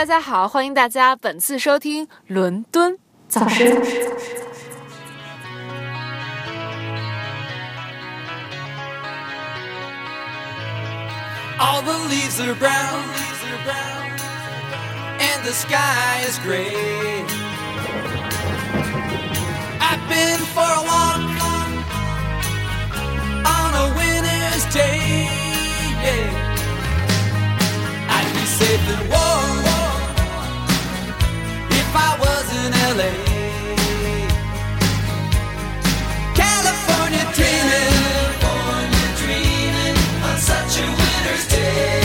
大家好，欢迎大家本次收听伦敦早晨。 All the leaves are brown, and the sky is gray. I've been for a walk on a winter's day. I'd be safe and warm if I was in LA. California dreaming on such a winter's day.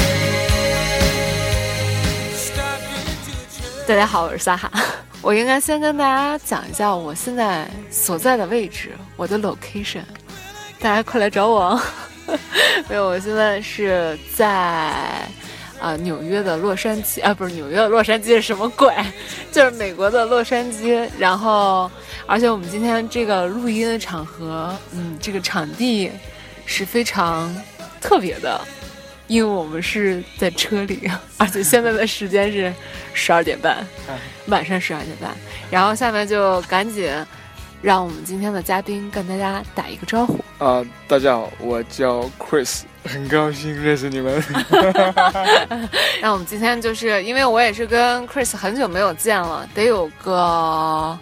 大家好，我是撒哈。我应该先跟大家讲一下我现在所在的位置，我的 location。大家快来找我！没有，我现在是在纽约的洛杉矶不是纽约的洛杉矶是什么鬼？就是美国的洛杉矶。然后，而且我们今天这个录音的场合，这个场地是非常特别的。因为我们是在车里，而且现在的时间是12点半，晚上12点半。然后下面就赶紧让我们今天的嘉宾跟大家打一个招呼。 大家好，我叫 Chris， 很高兴认识你们。 那我们今天就是因为我也是跟 Chris 很久没有见了，得有个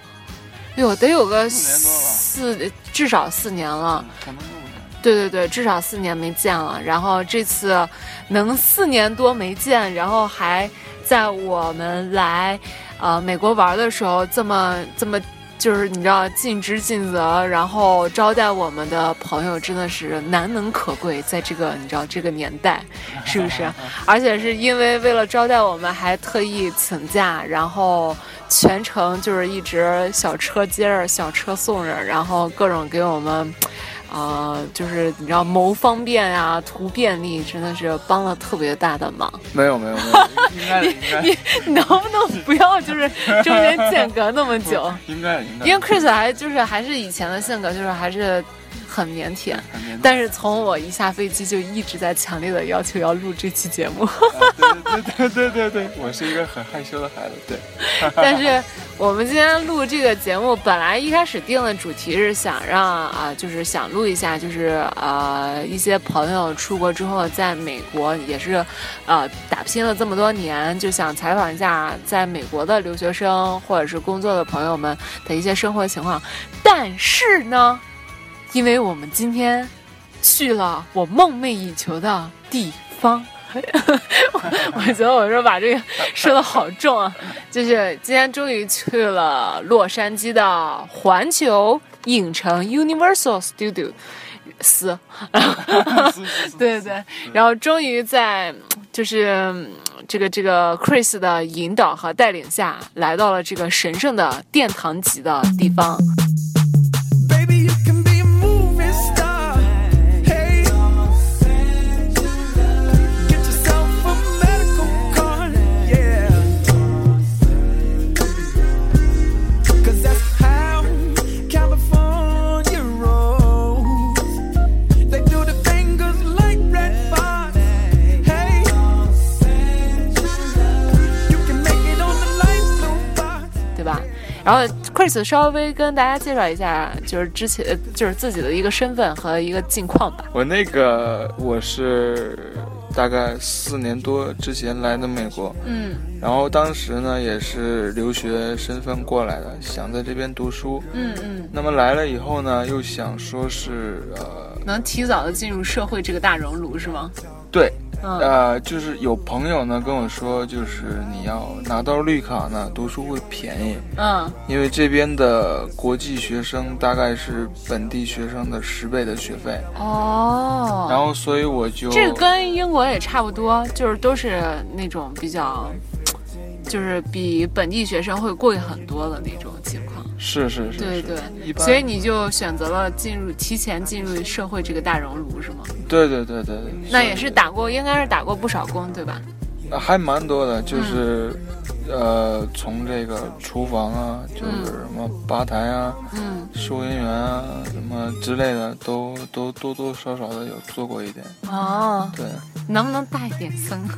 至少4年了。对，至少4年没见了。然后这次能4年多没见，然后还在我们来美国玩的时候这么就是你知道尽职尽责，然后招待我们的朋友真的是难能可贵，在这个你知道这个年代，是不是？而且是因为为了招待我们，还特意请假，然后全程就是一直小车接着，小车送着，然后各种给我们。就是你知道谋方便啊，图便利，真的是帮了特别大的忙。 没有，应该你能不能不要就是中间间隔那么久？ 应该。 因为 Chris 还是以前的性格，就是还是很腼腆，但是从我一下飞机就一直在强烈的要求要录这期节目。 对，我是一个很害羞的孩子，对。 但是我们今天录这个节目，本来一开始定的主题是想让就是想录一下，就是一些朋友出国之后在美国也是打拼了这么多年，就想采访一下在美国的留学生或者是工作的朋友们的一些生活情况。但是呢，因为我们今天去了我梦寐以求的地方。我觉得我说把这个说的好重啊，就是今天终于去了洛杉矶的环球影城 Universal Studios 对，然后终于在就是这个 Chris 的引导和带领下，来到了这个神圣的殿堂级的地方。然后 Chris 稍微跟大家介绍一下，就是之前就是自己的一个身份和一个近况吧。 我是大概4年多之前来的美国，然后当时呢也是留学身份过来的，想在这边读书，那么来了以后呢，又想说是能提早的进入社会这个大熔炉是吗？ 对。就是有朋友呢跟我说，就是你要拿到绿卡呢，读书会便宜。因为这边的国际学生大概是本地学生的10倍的学费。然后所以我就这个跟英国也差不多，就是都是那种比较，就是比本地学生会贵很多的那种情况。 是， 对，所以你就选择了提前进入社会这个大熔炉是吗？ 对。 那也是应该是打过不少工对吧？ 还蛮多的，就是从这个厨房啊，就是什么吧台啊，收银员啊，什么之类的，都多多少少的有做过一点。 哦， 对， 能不能大一点声？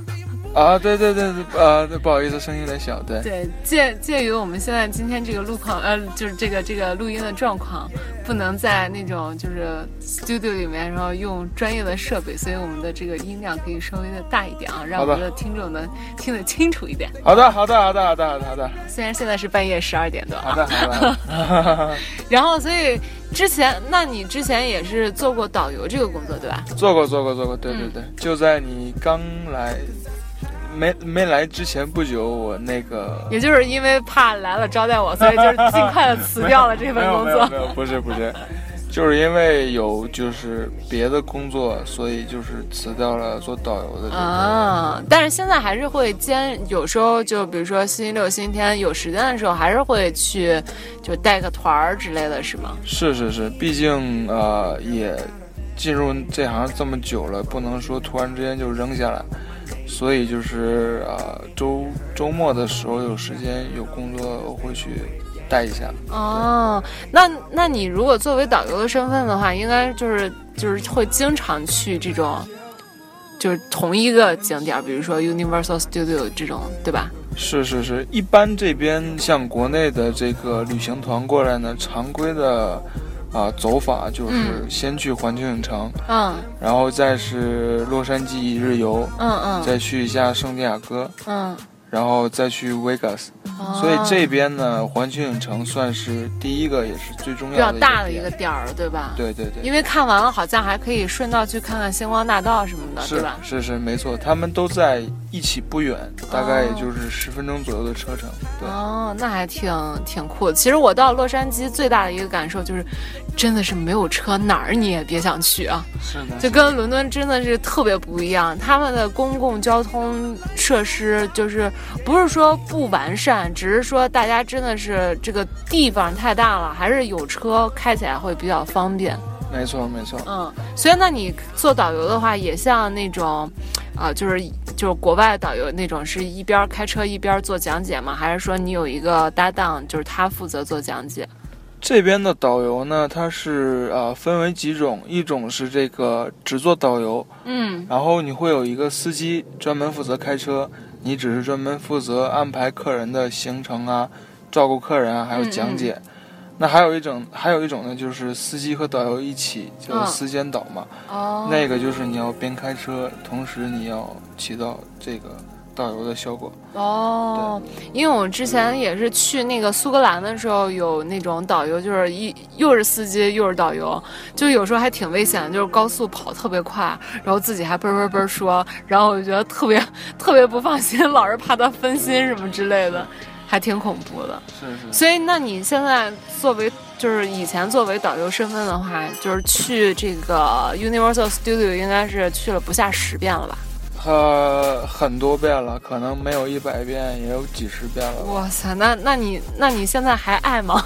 啊，对，不好意思，声音有点小，对， 介于我们现在今天这个路况，就是这个录音的状况，不能在那种就是 studio 里面，然后用专业的设备，所以我们的这个音量可以稍微的大一点啊，让我们的听众能听得清楚一点。 好的。 虽然现在是半夜12点多。 好的。 然后，所以你之前也是做过导游这个工作，对吧？ 做过，对，就在你刚来。没来之前不久，我那个， 也就是因为怕来了招待我，所以就是尽快的辞掉了这份工作。 没有，不是，就是因为有就是别的工作，所以就是辞掉了做导游的这个。 但是现在还是会有时候就比如说星期六、星期天有时间的时候，还是会去就带个团儿之类的，是吗？是， 毕竟也进入这行这么久了，不能说突然之间就扔下来。所以就是周末的时候有时间有工作，我会去带一下。 那你如果作为导游的身份的话，应该就是会经常去这种就是同一个景点，比如说 Universal Studio 这种，对吧？ 是，一般这边像国内的这个旅行团过来呢，常规的走法就是先去环球影城，然后再是洛杉矶一日游，再去一下圣地亚哥，然后再去 Vegas，所以这边呢，环球影城算是第一个也是最重要的比较大的一个点儿，对吧？ 对， 因为看完了好像还可以顺道去看看星光大道什么的，对吧？ 是没错，他们都在一起不远，大概也就是10分钟左右的车程。对， 那还挺酷的。其实我到洛杉矶最大的一个感受就是，真的是没有车哪儿你也别想去啊。 是的， 就跟伦敦真的是特别不一样，他们的公共交通设施就是不是说不完善，只是说大家真的是这个地方太大了，还是有车开起来会比较方便。 没错。 所以那你做导游的话，也像那种，就是国外导游那种，是一边开车一边做讲解吗？还是说你有一个搭档，就是他负责做讲解？ 这边的导游呢，它是分为几种，一种是这个只做导游，然后你会有一个司机专门负责开车，你只是专门负责安排客人的行程啊，照顾客人啊，还有讲解。那还有一种呢，就是司机和导游一起叫司监导嘛。那个就是你要边开车，同时你要起到这个导游的效果。 因为我之前也是去那个苏格兰的时候，有那种导游，就是又是司机又是导游，就有时候还挺危险的，就是高速跑特别快，然后自己还嘣说，然后我就觉得特别不放心，老是怕他分心什么之类的。还挺恐怖的。 是。 所以那你现在就是以前作为导游身份的话，就是去这个 Universal Studio 应该是去了不下10遍了吧？ 很多遍了，可能没有100遍，也有几十遍了。 哇塞，那你现在还爱吗？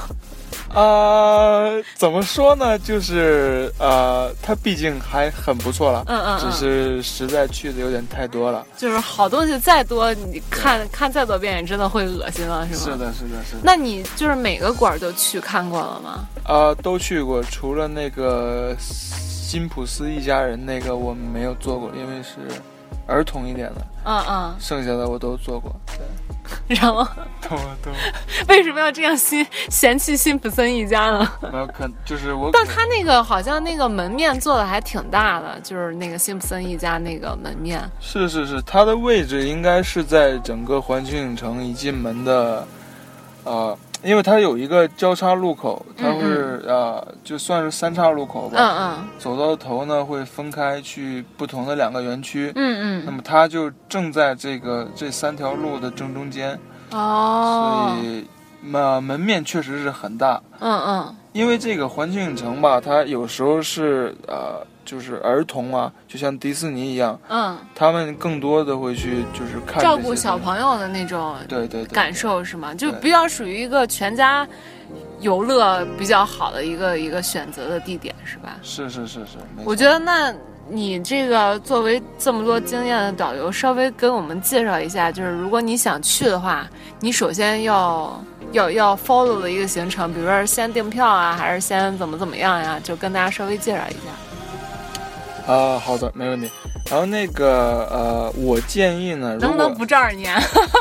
怎么说呢？就是它毕竟还很不错了，只是实在去的有点太多了。 就是好东西再多，你看再多遍也真的会恶心了，是吗？ 是的。 那你就是每个馆都去看过了吗？ 都去过，除了那个辛普斯一家人那个我没有做过，因为是儿童一点的。剩下的我都做过。对。 然后都为什么要这样嫌弃辛普森一家呢？ 没有，就是我。 但他那个好像那个门面做的还挺大的，就是那个辛普森一家那个门面。 是，它的位置应该是在整个环球影城一进门的，因为它有一个交叉路口，它是就算是3岔路口吧。走到头呢会分开去不同的2个园区。那么它就正在这3条路的正中间。所以门面确实是很大。因为这个环球影城吧，它有时候是就是儿童啊，就像迪士尼一样，他们更多的会去就是看照顾小朋友的那种对感受是吗？就比较属于一个全家游乐比较好的一个选择的地点是吧？ 是， 我觉得那你这个作为这么多经验的导游，稍微跟我们介绍一下，就是如果你想去的话，你首先要 follow 的一个行程，比如说先订票啊，还是先怎么样呀？就跟大家稍微介绍一下。 好的，没问题。 然后那个我建议呢， 能不能不照着念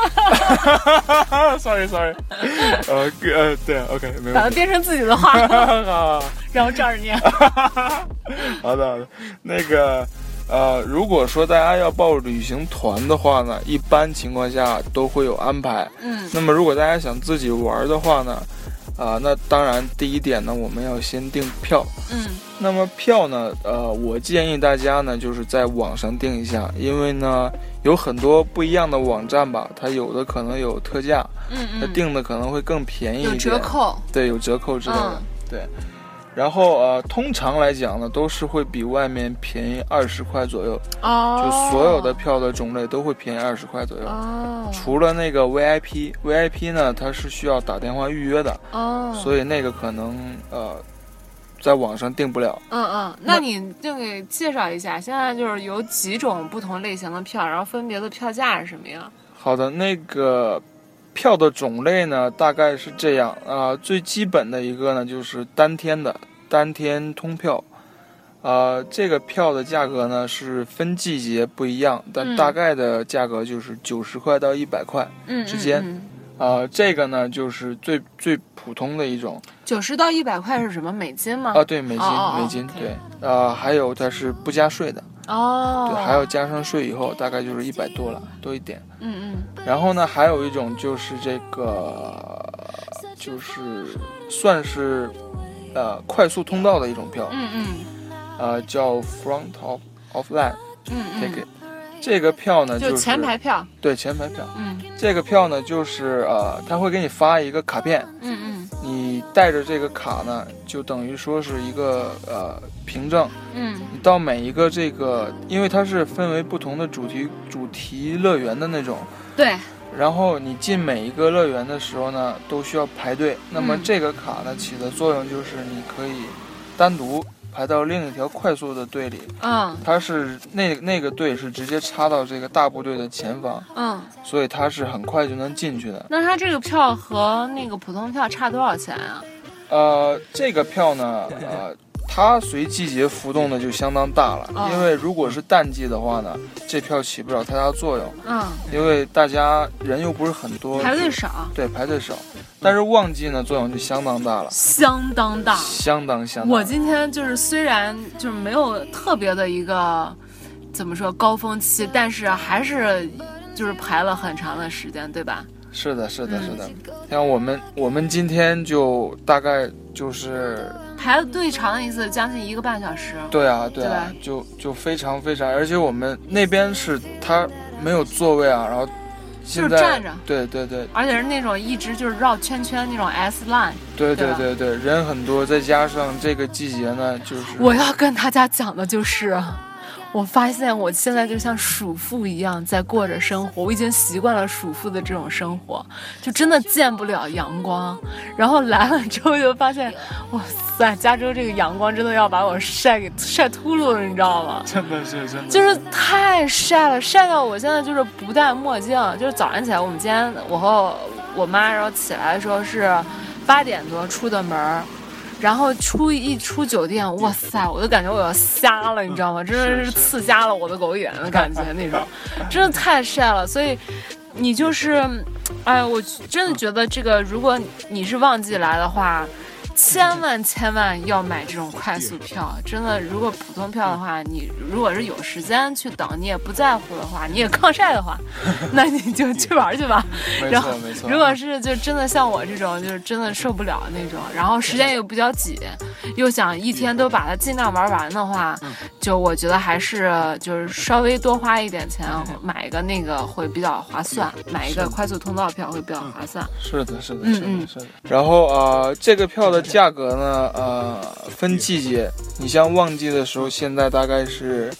？sorry， 对 ，OK， 没有， 把它变成自己的话， 好， 然后照着念。 好的，那个如果说大家要报旅行团的话呢，一般情况下都会有安排。那么如果大家想自己玩的话呢，那当然第一点呢，我们要先订票。那么票呢，我建议大家呢，就是在网上订一下，因为呢，有很多不一样的网站吧，它有的可能有特价，它订的可能会更便宜一点， 有折扣， 对，有折扣之类的，对。然后通常来讲呢，都是会比外面便宜20块左右。就所有的票的种类都会便宜20块左右。除了那个 VIP 呢，它是需要打电话预约的。所以那个可能在网上订不了。 那你就给介绍一下，现在就是有几种不同类型的票，然后分别的票价是什么样？ 好的，那个票的种类呢，大概是这样最基本的一个呢，就是单天通票。这个票的价格呢是分季节不一样，但大概的价格就是90块到100块之间。这个呢就是最普通的一种。 90到100块是什么？美金吗？ 对，美金，对。还有它是不加税的。对，还要加上税以后，大概就是100多了，多一点。然后呢，还有一种就是这个，就是算是快速通道的一种票。叫 Front of Line Ticket。这个票呢就是前排票。 对，前排票。这个票呢就是他会给你发一个卡片。你带着这个卡呢，就等于说是一个凭证。你到每一个这个，因为它是分为不同的主题乐园的那种。 对。 然后你进每一个乐园的时候呢，都需要排队。那么这个卡呢起的作用就是你可以单独排到另一条快速的队里。它是那个队是直接插到这个大部队的前方。所以它是很快就能进去的。 那它这个票和那个普通票差多少钱啊？ 这个票呢，它随季节浮动的就相当大了。因为如果是淡季的话呢，这票起不了太大作用。因为大家人又不是很多， 排队少。 对，排队少。但是旺季呢，作用就相当大了， 相当大。我今天就是虽然就是没有特别的一个怎么说高峰期，但是还是就是排了很长的时间，对吧？ 是的。像我们今天就大概就是排队长的意思，将近1个半小时。 对啊，就非常，而且我们那边是它没有座位啊，然后就是站着。 对， 而且是那种一直就是绕圈圈那种 S line。 对，人很多，再加上这个季节呢，就是我要跟大家讲的就是。我发现我现在就像鼠妇一样在过着生活，我已经习惯了鼠妇的这种生活，就真的见不了阳光。然后来了之后就发现，哇塞，加州这个阳光真的要把我晒秃噜了，你知道吗？ 真的是， 就是太晒了，晒到我现在就是不戴墨镜。就是早上起来，我们今天我和我妈然后起来的时候是8点多出的门。然后一出酒店，哇塞，我就感觉我要瞎了，你知道吗？真的是刺瞎了我的狗眼的感觉那种，真的太晒了。所以你就是，我真的觉得这个，如果你是旺季来的话，千万要买这种快速票。真的，如果普通票的话，你如果是有时间去等，你也不在乎的话，你也抗晒的话，那你就去玩去吧。然后没错。 如果是就真的像我这种，就是真的受不了那种，然后时间又比较挤，又想一天都把它尽量玩完的话，就我觉得还是就是稍微多花一点钱买一个那个会比较划算，买一个快速通道票会比较划算。是的。 然后这个票的价格呢，分季节，你像旺季的时候，现在大概是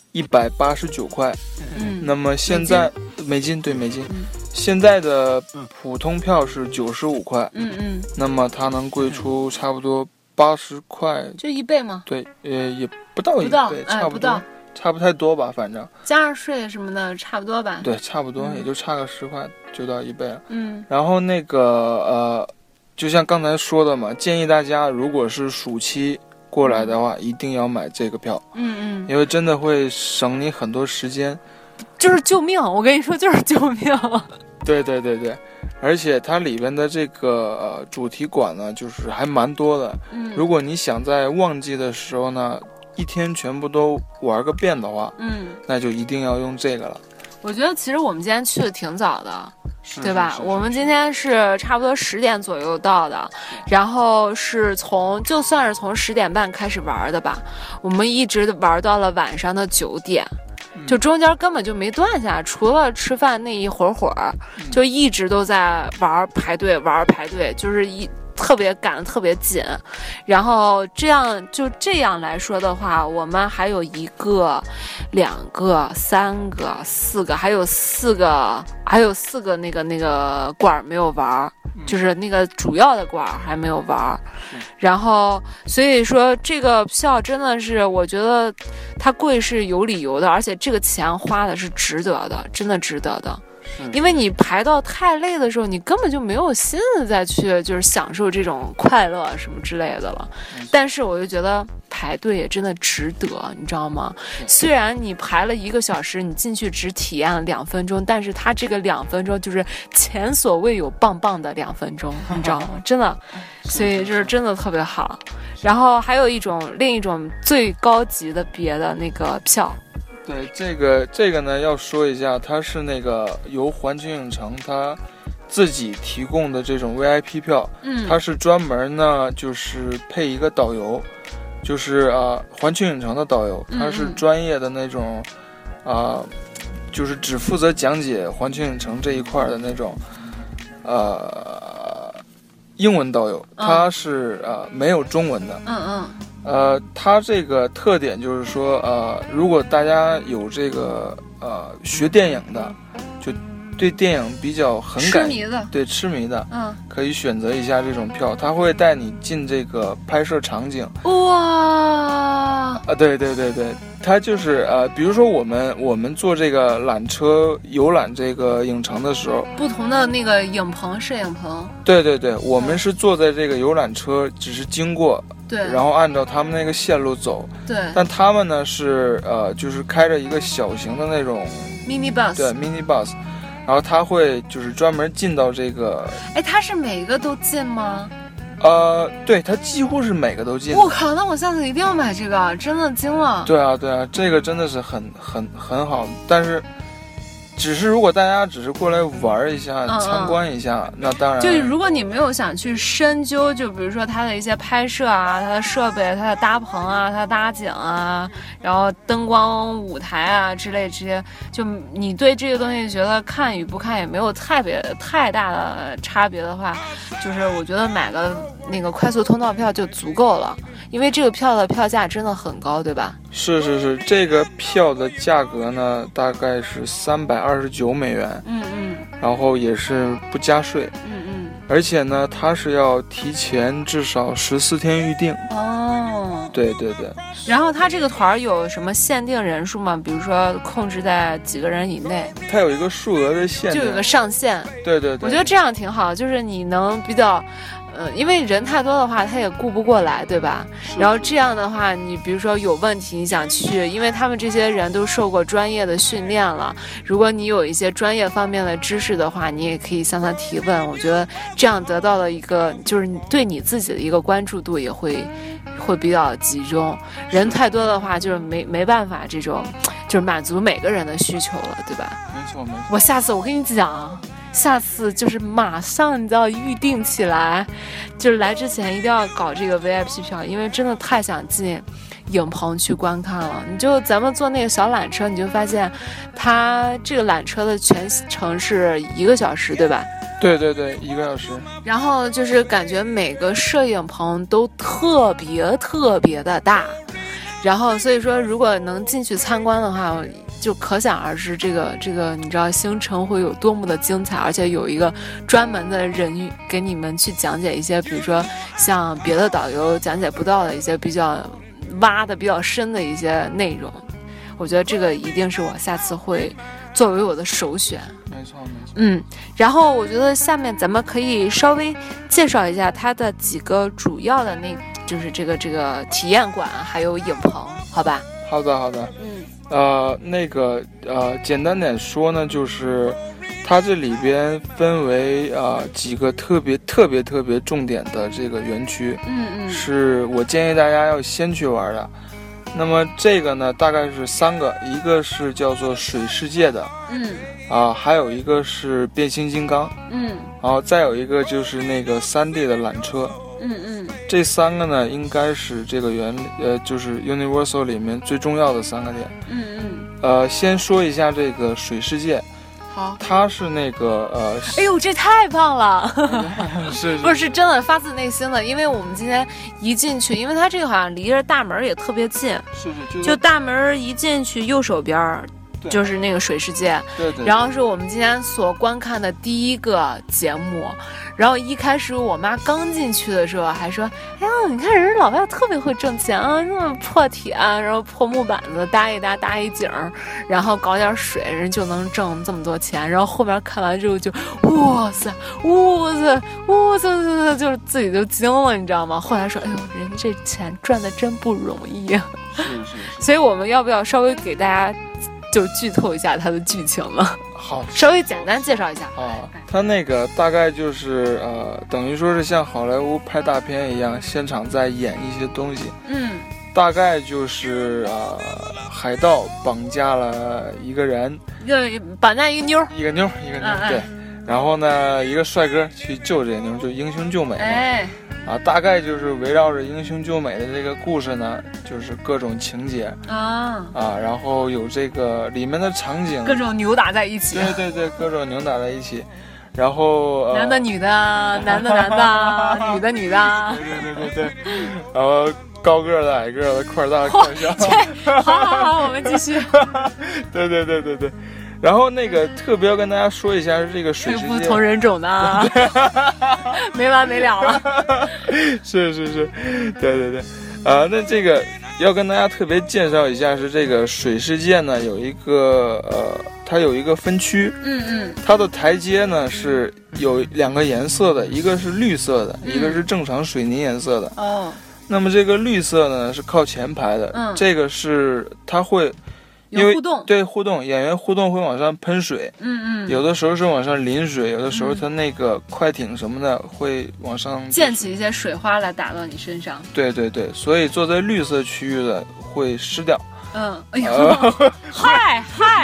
189块。那么现在美金。现在的普通票是95块。那么它能贵出差不多80块， 就1倍吗？ 对，也不到1倍，差不多。差不太多吧，反正加上税什么的差不多吧。 对，差不多，也就差个10块就到1倍了。然后那个就像刚才说的嘛，建议大家如果是暑期过来的话，一定要买这个票。因为真的会省你很多时间， 就是救命！我跟你说，就是救命。 对，而且它里边的这个主题馆呢，就是还蛮多的。如果你想在旺季的时候呢，一天全部都玩个遍的话，那就一定要用这个了。 我觉得其实我们今天去的挺早的，对吧？我们今天是差不多10点左右到的，然后就算是从10点半开始玩的吧，我们一直玩到了晚上的9点。就中间根本就没断下，除了吃饭那一会儿，就一直都在玩排队，就是特别赶得特别紧。然后这样来说的话，我们还有1个、2个、3个、4个，还有4个那个馆没有玩，就是那个主要的馆还没有玩。然后所以说这个票真的是，我觉得它贵是有理由的，而且这个钱花的是值得的，真的值得的。因为你排到太累的时候，你根本就没有心思再去就是享受这种快乐什么之类的了。但是我就觉得排队也真的值得，你知道吗？虽然你排了1个小时，你进去只体验了2分钟，但是它这个2分钟就是前所未有棒棒的2分钟，你知道吗？真的，所以就是真的特别好。然后还有另一种最高级的别的那个票。 对，这个呢要说一下，它是那个由环球影城它自己提供的这种 VIP 票，它是专门呢就是配一个导游，就是环球影城的导游，他是专业的那种就是只负责讲解环球影城这一块的那种英文导游，他是没有中文的。它这个特点就是说，如果大家有这个学电影的，就对电影比较很痴迷的，可以选择一下这种票，他会带你进这个拍摄场景。 哇！ 对，它就是比如说我们坐这个缆车游览这个影城的时候， 不同的那个摄影棚。 对，我们是坐在这个游览车，只是经过。 对， 然后按照他们那个线路走。对，但他们呢是就是开着一个小型的那种 mini bus。 对 mini bus， 然后他会就是专门进到这个。 哎，他是每个都进吗？ 对，他几乎是每个都进。 我靠，那我下次一定要买这个，真的惊了。 对啊，这个真的是很好，但是。只是如果大家只是过来玩一下、参观一下，那当然。 就如果你没有想去深究，就比如说它的一些拍摄啊、它的设备、它的搭棚啊、它的搭景啊，然后灯光、舞台啊之类这些，就你对这个东西觉得看与不看也没有太大的差别的话，就是我觉得买个那个快速通道票就足够了。因为这个票的票价真的很高，对吧？ 是，这个票的价格呢，大概是329美元，然后也是不加税，而且呢，它是要提前至少14天预定。哦，对。 然后它这个团有什么限定人数吗？比如说控制在几个人以内？ 它有一个数额的限定， 就有个上限。 对， 我觉得这样挺好，就是你能比较。因为人太多的话，他也顾不过来，对吧？然后这样的话，你比如说有问题，你想去，因为他们这些人都受过专业的训练了。如果你有一些专业方面的知识的话，你也可以向他提问。我觉得这样得到了一个，就是对你自己的一个关注度也会比较集中。人太多的话，就是没办法这种，就是满足每个人的需求了，对吧？ 没错。 我下次我跟你讲。下次就是马上你知道预定起来，就是来之前一定要搞这个 VIP 票，因为真的太想进影棚去观看了。咱们坐那个小缆车，你就发现它这个缆车的全程是1个小时，对吧？ 对，1个小时。 然后就是感觉每个摄影棚都特别的大，然后所以说如果能进去参观的话，就可想而知这个你知道行程会有多么的精彩，而且有一个专门的人给你们去讲解一些，比如说像别的导游讲解不到的一些比较挖的比较深的一些内容。我觉得这个一定是我下次会作为我的首选。 没错。 然后我觉得下面咱们可以稍微介绍一下它的几个主要的就是这个体验馆还有影棚，好吧？ 好的。简单点说呢，就是它这里边分为几个特别重点的这个园区，是我建议大家要先去玩的。那么这个呢，大概是3个，一个是叫做水世界的，还有一个是变形金刚，然后再有一个就是那个3D 的缆车，这3个呢，应该是这个就是 Universal 里面最重要的3个点。先说一下这个水世界。好，它是那个哎呦，这太棒了！不是真的发自内心的，因为我们今天一进去，因为它这个好像离着大门也特别近，就大门一进去右手边就是那个水世界， 对， 然后是我们今天所观看的第一个节目。然后一开始我妈刚进去的时候还说：“哎呀，你看人家老外特别会挣钱啊，那么破铁，然后破木板子搭一景，然后搞点水，人就能挣这么多钱。”然后后面看完之后就哇塞，就是自己就惊了，你知道吗？后来说：“哎呦，人这钱赚的真不容易啊。” 是。 所以我们要不要稍微给大家就剧透一下它的剧情呢？ 好， 稍微简单介绍一下它那个大概就是等于说是像好莱坞拍大片一样，现场在演一些东西。大概就是海盗绑架了一个人， 绑架一个妞， 对。然后呢，一个帅哥去救这个妞，就英雄救美嘛。大概就是围绕着英雄救美的这个故事呢，就是各种情节然后有这个里面的场景， 各种扭打在一起。 对，各种扭打在一起。然后男的女的，男的女的女的。 对。然后高个的矮个的，块大块小。 好，我们继续。 对。然后那个特别要跟大家说一下是这个水世界不同人种的没完没了了。 是，对。那这个要跟大家特别介绍一下是这个水世界呢，有一个它有一个分区，它的台阶呢是有2个颜色的，一个是绿色的，一个是正常水泥颜色的。那么这个绿色呢是靠前排的，这个是它会。因为互动，演员互动会往上喷水，有的时候是往上淋水，有的时候它那个快艇什么的会往上溅起一些水花来打到你身上。 对，所以坐在绿色区域的会湿掉。 哎呦，嗨，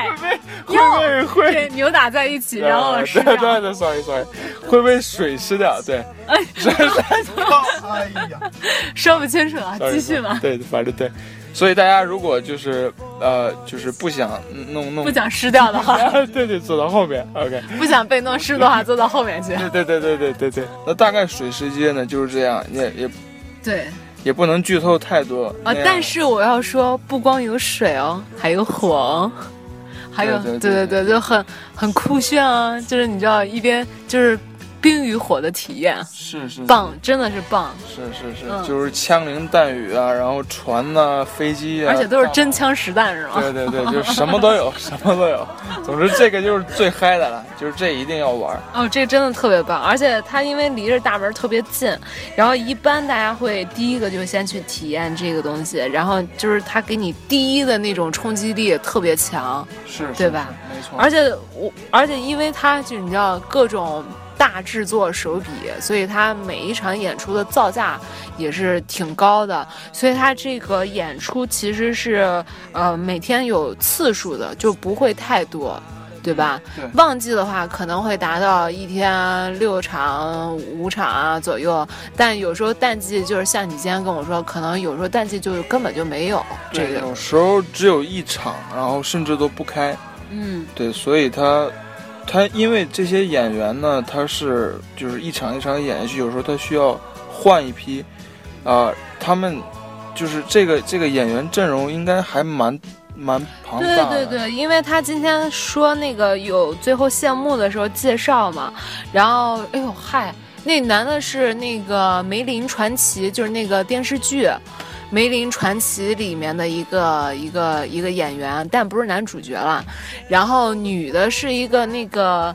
会扭打在一起，然后湿掉。 对 ，sorry， 会被水湿掉。对，哎呀，说不清楚了，继续吧。 对，反正对。所以大家如果就是不想弄不想湿掉的话， 对，走到后面 ，OK。 不想被弄湿的话，坐到后面去。 对。那大概水世界呢就是这样，也对， 也不能剧透太多但是我要说，不光有水还有火还有对，就很酷炫啊！就是你知道，一边就是冰与火的体验， 是棒，真的是棒， 是，就是枪林弹雨啊，然后船啊，飞机啊， 而且都是真枪实弹，是吗？ 对，就是什么都有，总之这个就是最嗨的了，就是这一定要玩。 这真的特别棒，而且它因为离着大门特别近，然后一般大家会第一个就先去体验这个东西，然后就是它给你第一的那种冲击力也特别强， 是， 对吧？ 没错。 而且因为它就你知道各种大制作手笔，所以它每一场演出的造价也是挺高的，所以它这个演出其实是每天有次数的，就不会太多，对吧？ 对， 旺季的话可能会达到一天6场5场左右，但有时候淡季就是像你今天跟我说，可能有时候淡季就根本就没有这个， 有时候只有1场，然后甚至都不开。对，所以他因为这些演员呢，他是就是一场一场演下去，有时候他需要换一批，他们就是这个演员阵容应该还蛮庞大的。 对，因为他今天说那个有最后谢幕的时候介绍嘛，然后哎呦嗨，那男的是那个梅林传奇，就是那个电视剧梅林传奇里面的一个演员，但不是男主角了。然后女的是一个那个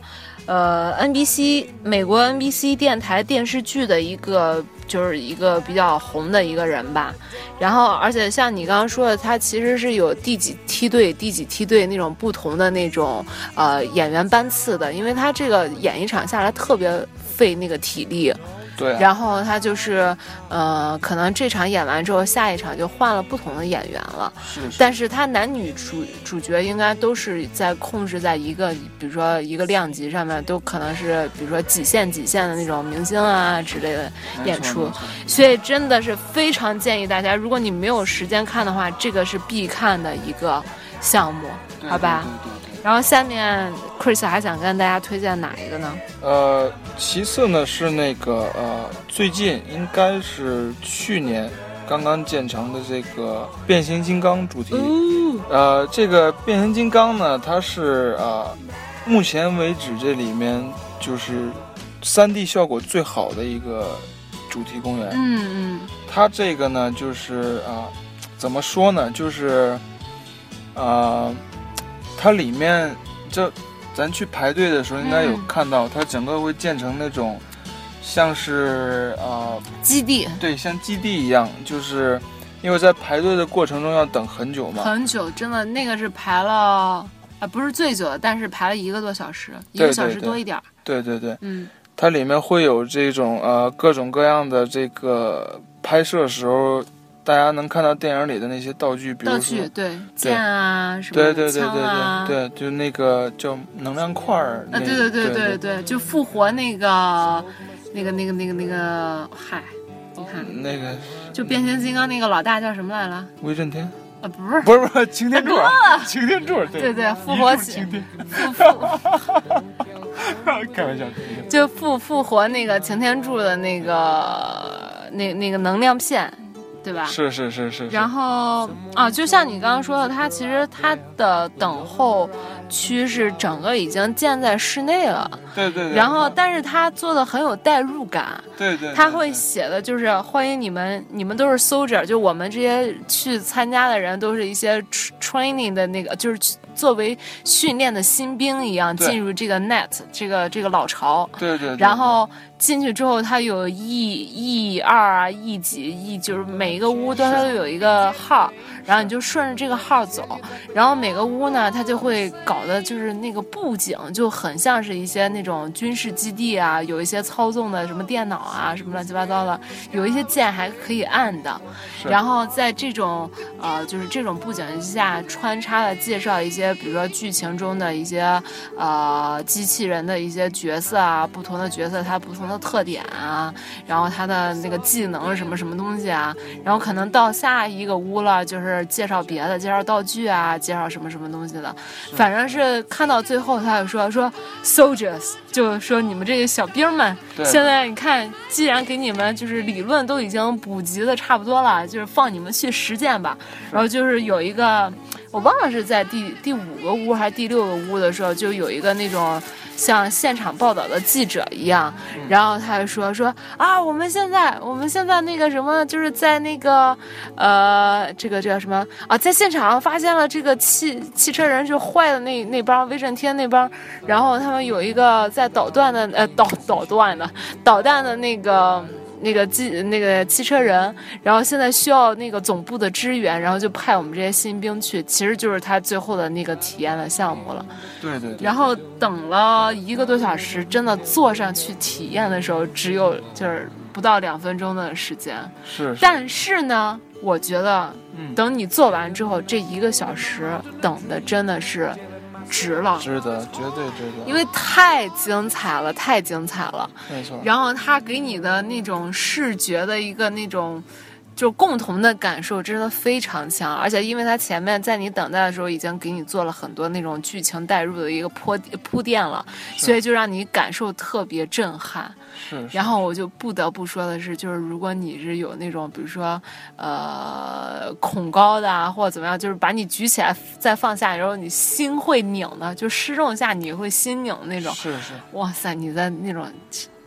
美国 NBC 电台电视剧的一个比较红的一个人吧。然后而且像你刚刚说的，他其实是有第几梯队那种不同的那种演员班次的，因为他这个演一场下来特别费那个体力。 对、 然后他就是可能这场演完之后，下一场就换了不同的演员了。 是。 但是他男女主角应该都是在控制在一个，比如说一个量级上面，都可能是比如说几线的那种明星啊之类的演出。所以真的是非常建议大家，如果你没有时间看的话，这个是必看的一个项目，好吧？ 对。 然后下面 Chris 还想跟大家推荐哪一个呢？ 其次呢是那个最近应该是去年刚刚建成的这个变形金刚主题。这个变形金刚呢，它是目前为止这里面就是3D 效果最好的一个主题公园。它这个呢就是怎么说呢，就是它里面咱去排队的时候应该有看到，它整个会建成那种像是基地， 对，像基地一样，就是因为在排队的过程中要等很久嘛， 很久，真的那个是排了不是最久的，但是排了1个多小时，1个小时多一点。 对，它里面会有这种各种各样的这个拍摄时候大家能看到电影里的那些道具，比如说道具，对，剑啊，什么枪啊， 对，就那个叫能量块儿， 对，就复活那个，嗨，你看那个就变形金刚那个老大叫什么来了？ 威震天。 不是擎天柱，擎天柱， 对，复活擎天，开玩笑， 就复活那个擎天柱的那个能量片，对吧？ 是。 然后就像你刚刚说的，它其实它的等候区是整个已经建在室内了。 对。 然后，但是它做的很有代入感。 对。 它会写的就是欢迎你们都是 soldier， 就我们这些去参加的人都是一些 training 的那个，就是作为训练的新兵一样进入这个 net 这个老巢。 对。 然后进去之后，它有 E2啊 E 几 E， 就是每一个屋它都有一个号，然后你就顺着这个号走，然后每个屋呢，它就会搞的就是那个布景就很像是一些那种军事基地啊，有一些操纵的什么电脑啊，什么乱七八糟的，有一些键还可以按的。然后在这种就是这种布景下穿插的介绍一些，比如说剧情中的一些机器人的一些角色啊，不同的角色它不同的特点啊，然后它的那个技能什么东西啊，然后可能到下一个屋了，就是介绍别的，介绍道具啊，介绍什么东西的，反正是看到最后他就说 soldiers， 就说你们这些小兵们，现在你看既然给你们就是理论都已经补习的差不多了，就是放你们去实践吧。然后就是有一个我忘了是在第5个屋还是第6个屋的时候，就有一个那种像现场报道的记者一样，然后他就说我们现在那个什么，就是在那个这个叫什么在现场发现了这个汽车人就坏的那帮威震天那帮，然后他们有一个在导弹的那个汽车人，然后现在需要那个总部的支援，然后就派我们这些新兵去，其实就是他最后的那个体验的项目了。 对。 然后等了1个多小时，真的坐上去体验的时候，只有就是不到2分钟的时间。 是。 但是呢，我觉得，等你做完之后，这1个小时等的真的是值了， 值得，绝对值得， 因为太精彩了， 没错。 然后他给你的那种视觉的一个那种就共同的感受真的非常强，而且因为他前面在你等待的时候已经给你做了很多那种剧情带入的一个铺垫了，所以就让你感受特别震撼。 是。 然后我就不得不说的是，就是如果你是有那种比如说恐高的啊，或者怎么样，就是把你举起来再放下，然后你心会拧的，就失重下你会心拧那种。 是。 哇塞，你在那种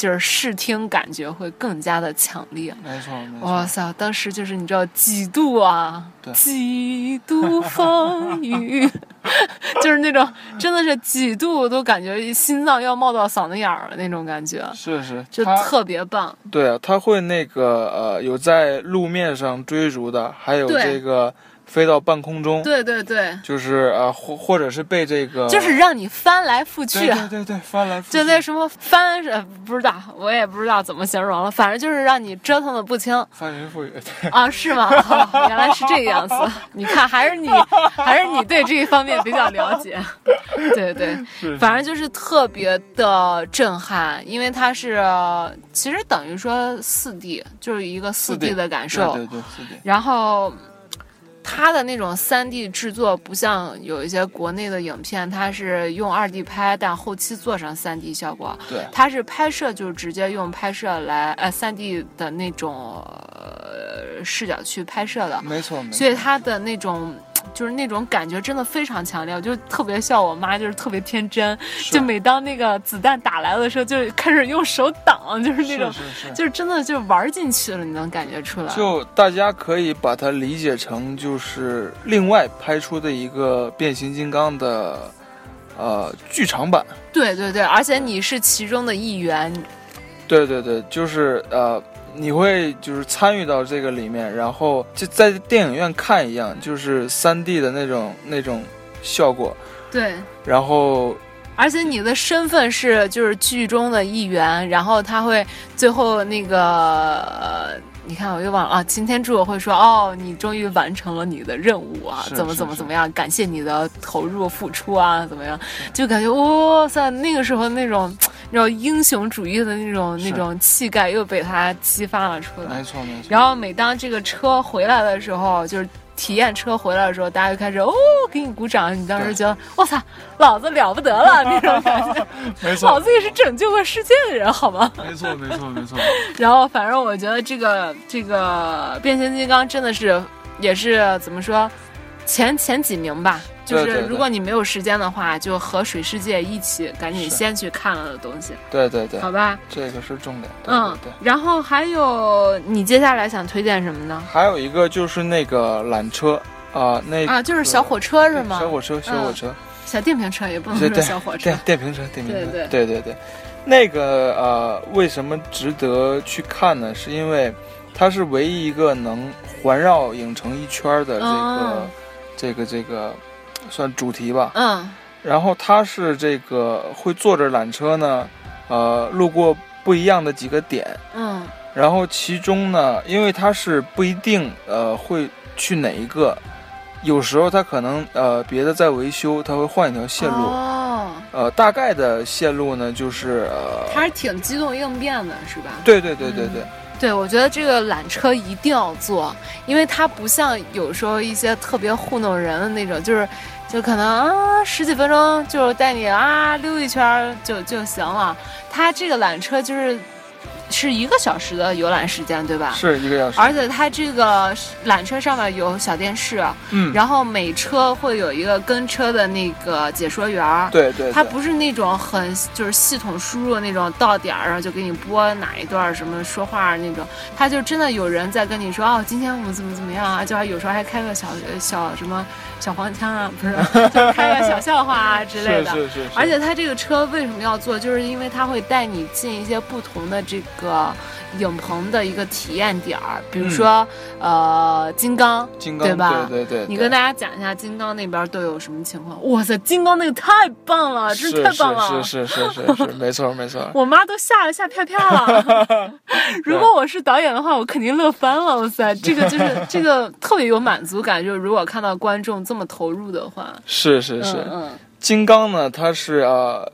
就是视听感觉会更加的强烈。 没错。 哇塞，当时就是你知道几度啊，几度风雨，就是那种真的是几度都感觉心脏要冒到嗓子眼儿了那种感觉。 是， 就特别棒。 对啊，他会那个有在路面上追逐的，还有这个飞到半空中， 对， 就是或者是被这个， 就是让你翻来覆去， 对，翻来覆去， 就那什么翻不知道，我也不知道怎么形容了，反正就是让你折腾的不清， 翻云覆雨。 啊，是吗？原来是这个样子。你看，还是你对这一方面比较了解。对，反正就是特别的震撼，因为它是其实等于说4D，就是一个4D 的感受。 对4D。 然后它的那种3D 制作不像有一些国内的影片，它是用2D 拍，但后期做成3D 效果。 对， 它是拍摄就是直接用拍摄来3D 的那种视角去拍摄的。 没错。 所以它的那种就是那种感觉真的非常强烈，我就特别像我妈，就是特别天真，就每当那个子弹打来的时候，就开始用手挡，就是那种，就是真的就玩进去了，你能感觉出来。 就大家可以把它理解成就是另外拍出的一个变形金刚的剧场版。对， 而且你是其中的一员。 对，就是你会就是参与到这个里面，然后就在电影院看一样，就是 3D 的那种效果。 对， 然后而且你的身份是就是剧中的一员，然后他会最后那个你看我又忘了啊，擎天柱会说你终于完成了你的任务啊，怎么样，感谢你的投入付出啊，怎么样，就感觉哇塞，那个时候那种英雄主义的那种气概又被他激发了出来。 没错。 然后每当这个车回来的时候，就是体验车回来的时候，大家就开始给你鼓掌，你当时觉得哇塞，老子了不得了那种感觉。 没错， 老子也是拯救过世界的人，好吗？ 没错。 然后反正我觉得这个变形金刚真的是也是怎么说前几名吧。就是如果你没有时间的话，就和水世界一起赶紧先去看了的东西。 对， 好吧， 这个是重点。对。 然后还有你接下来想推荐什么呢？ 还有一个就是那个缆车就是小火车是吗？ 小火车， 小电瓶车也不能说小火车， 电瓶车。对。那个为什么值得去看呢？是因为它是唯一一个能环绕影城一圈的这个算主题吧。然后它是这个会坐着缆车呢，路过不一样的几个点。然后其中呢，因为它是不一定会去哪一个，有时候它可能别的在维修，它会换一条线路。大概的线路呢就是它是挺机动应变的，是吧？ 对。 对，我觉得这个缆车一定要坐，因为它不像有时候一些特别糊弄人的那种，就可能10几分钟就带你溜一圈就行了。它这个缆车是1个小时的游览时间，对吧？ 是1个小时。 而且它这个缆车上面有小电视，然后每车会有一个跟车的那个解说员。 对。 它不是那种很就是系统输入那种到点儿上就给你播哪一段什么说话那种，它就真的有人在跟你说今天我们怎么样啊，就还有时候还开个小什么小黄腔啊，不是，就开个小笑话啊之类的。 是。 而且它这个车为什么要坐，就是因为它会带你进一些不同的这个影棚的一个体验点儿，比如说金刚，对吧？ 对。 你跟大家讲一下金刚那边都有什么情况？哇塞，金刚那个太棒了，真是太棒了！ 是，没错。 我妈都吓啪了。如果我是导演的话，我肯定乐翻了。哇塞，这个特别有满足感，就是如果看到观众这么投入的话。 是。金刚呢，它是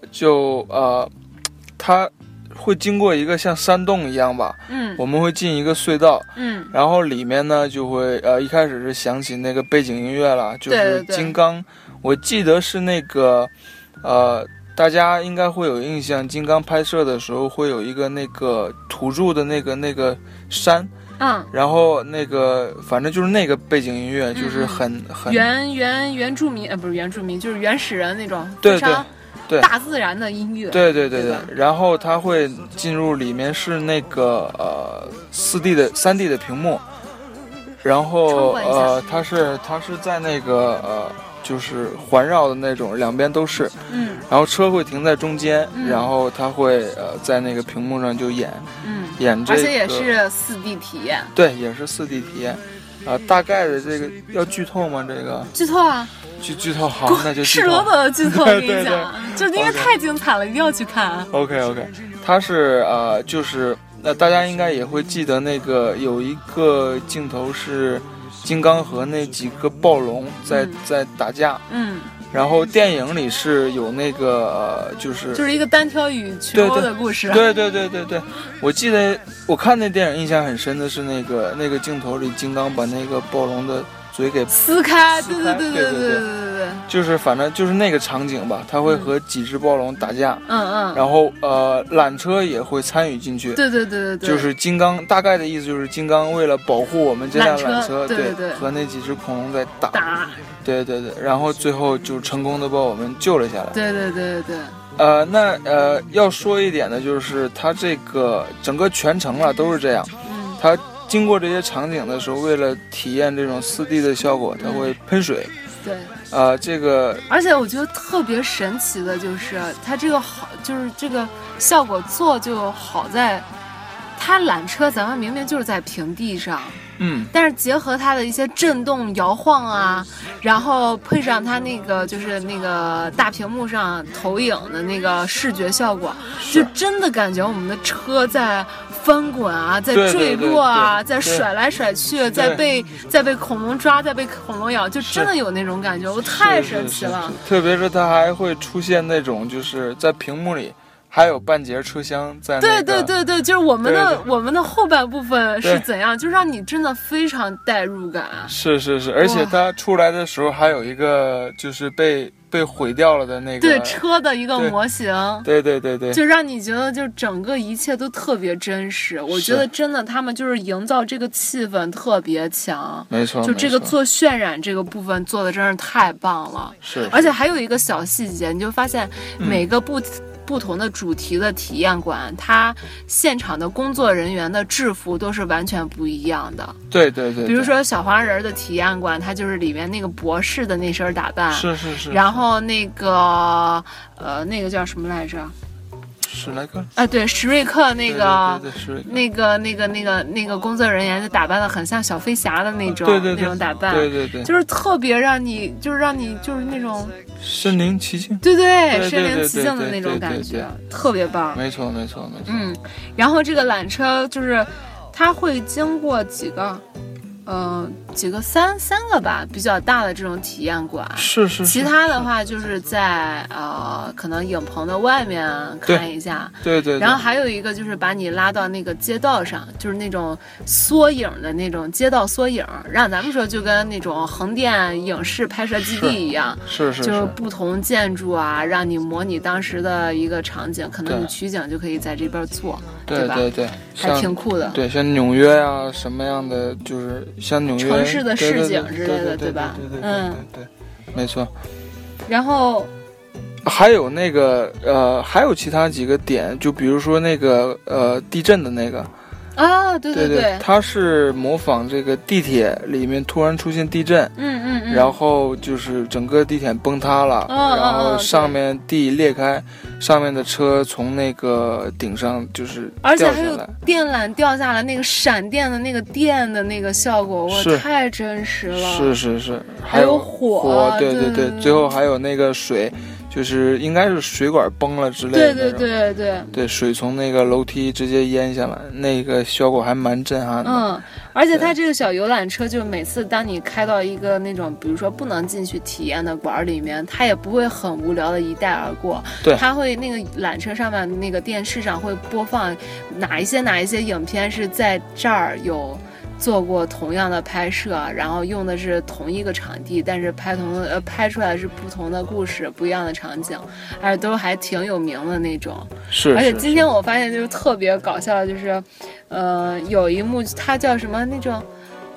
它会经过一个像山洞一样吧，我们会进一个隧道，然后里面呢就会一开始是响起那个背景音乐了，就是金刚，我记得是那个大家应该会有印象，金刚拍摄的时候会有一个那个土著的那个山，然后那个反正就是那个背景音乐就是很原住民不是原住民，就是原始人那种对对， 大自然的音乐。 对，然后它会进入里面是那个3D 的屏幕，然后它是在那个就是环绕的那种，两边都是，然后车会停在中间，然后它会在那个屏幕上就演这个， 而且也是4D 体验。 对，也是4D 体验。大概的这个要剧透吗？这个剧透啊！ 剧透好，那就剧透。 赤裸裸的剧透，我跟你讲， 对， 就因为太精彩了，一定要去看。 OK， 它是就是大家应该也会记得那个有一个镜头是金刚和那几个暴龙在打架。然后电影里是有那个就是一个单挑与群殴的故事。 对，我记得我看那电影印象很深的是那个镜头里金刚把那个暴龙的嘴给撕开。对， 就是反正就是那个场景吧，他会和几只暴龙打架。然后缆车也会参与进去。对，就是金刚大概的意思就是金刚为了保护我们这辆缆车， 对， 和那几只恐龙在打。对，然后最后就成功的把我们救了下来。 对。 那要说一点的就是它这个整个全程都是这样。它经过这些场景的时候，为了体验这种4D 的效果，它会喷水。 对。 这个， 而且我觉得特别神奇的就是它这个好，就是这个效果做就好在，它缆车咱们明明就是在平地上。但是结合它的一些震动摇晃啊，然后配上它那个就是那个大屏幕上投影的那个视觉效果，就真的感觉我们的车在翻滚啊，在坠落啊，在甩来甩去，在被恐龙抓，在被恐龙咬，就真的有那种感觉，我太神奇了。 特别是它还会出现那种就是在屏幕里还有半截车厢在那个， 对，就是我们的后半部分是怎样，就让你真的非常代入感。 是，而且它出来的时候还有一个就是被毁掉了的那个车的一个模型。 对， 就让你觉得就整个一切都特别真实。我觉得真的他们就是营造这个气氛特别强。 没错， 就这个做渲染这个部分做的真是太棒了。 是， 而且还有一个小细节，你就发现每个不同的主题的体验馆，它现场的工作人员的制服都是完全不一样的。 对， 比如说小黄人的体验馆，它就是里面那个博士的那身打扮。 是。 然后那个那个叫什么来着？ 史莱克对，史瑞克那个那个工作人员就打扮的很像小飞侠的那种， 那种打扮， 对， 就是特别让你就是那种身临其境， 对，身临其境的那种感觉，特别棒。 没错。 然后这个缆车就是它会经过几个三个吧，比较大的这种体验馆。 是。 其他的话就是在可能影棚的外面看一下。 对。 然后还有一个就是把你拉到那个街道上，就是那种缩影的那种街道缩影，让咱们说就跟那种横店影视拍摄基地一样。 是。 就是不同建筑啊，让你模拟当时的一个场景，可能你取景就可以在这边做，对吧？ 对， 还挺酷的。 对，像纽约啊什么样的，就是像纽约城市的市景之类的， 对吧？ 对，没错。 然后还有那个还有其他几个点，就比如说那个地震的那个。对，它是模仿这个地铁里面突然出现地震，然后就是整个地铁崩塌了，然后上面地裂开，上面的车从那个顶上就是而且还有电缆掉下来，那个闪电的那个电的那个效果，哇，太真实了。是，还有火， 对，最后还有那个水。就是应该是水管崩了之类的，对，水从那个楼梯直接淹下来，那个效果还蛮震撼的。 而且它这个小游览车，就每次当你开到一个那种比如说不能进去体验的馆里面，它也不会很无聊的一带而过。 对， 它会那个缆车上面那个电视上会播放哪一些影片是在这儿有做过同样的拍摄，然后用的是同一个场地，但是拍出来是不同的故事，不一样的场景，而且都还挺有名的那种。 是。 而且今天我发现就是特别搞笑的，就是，有一幕它叫什么那种，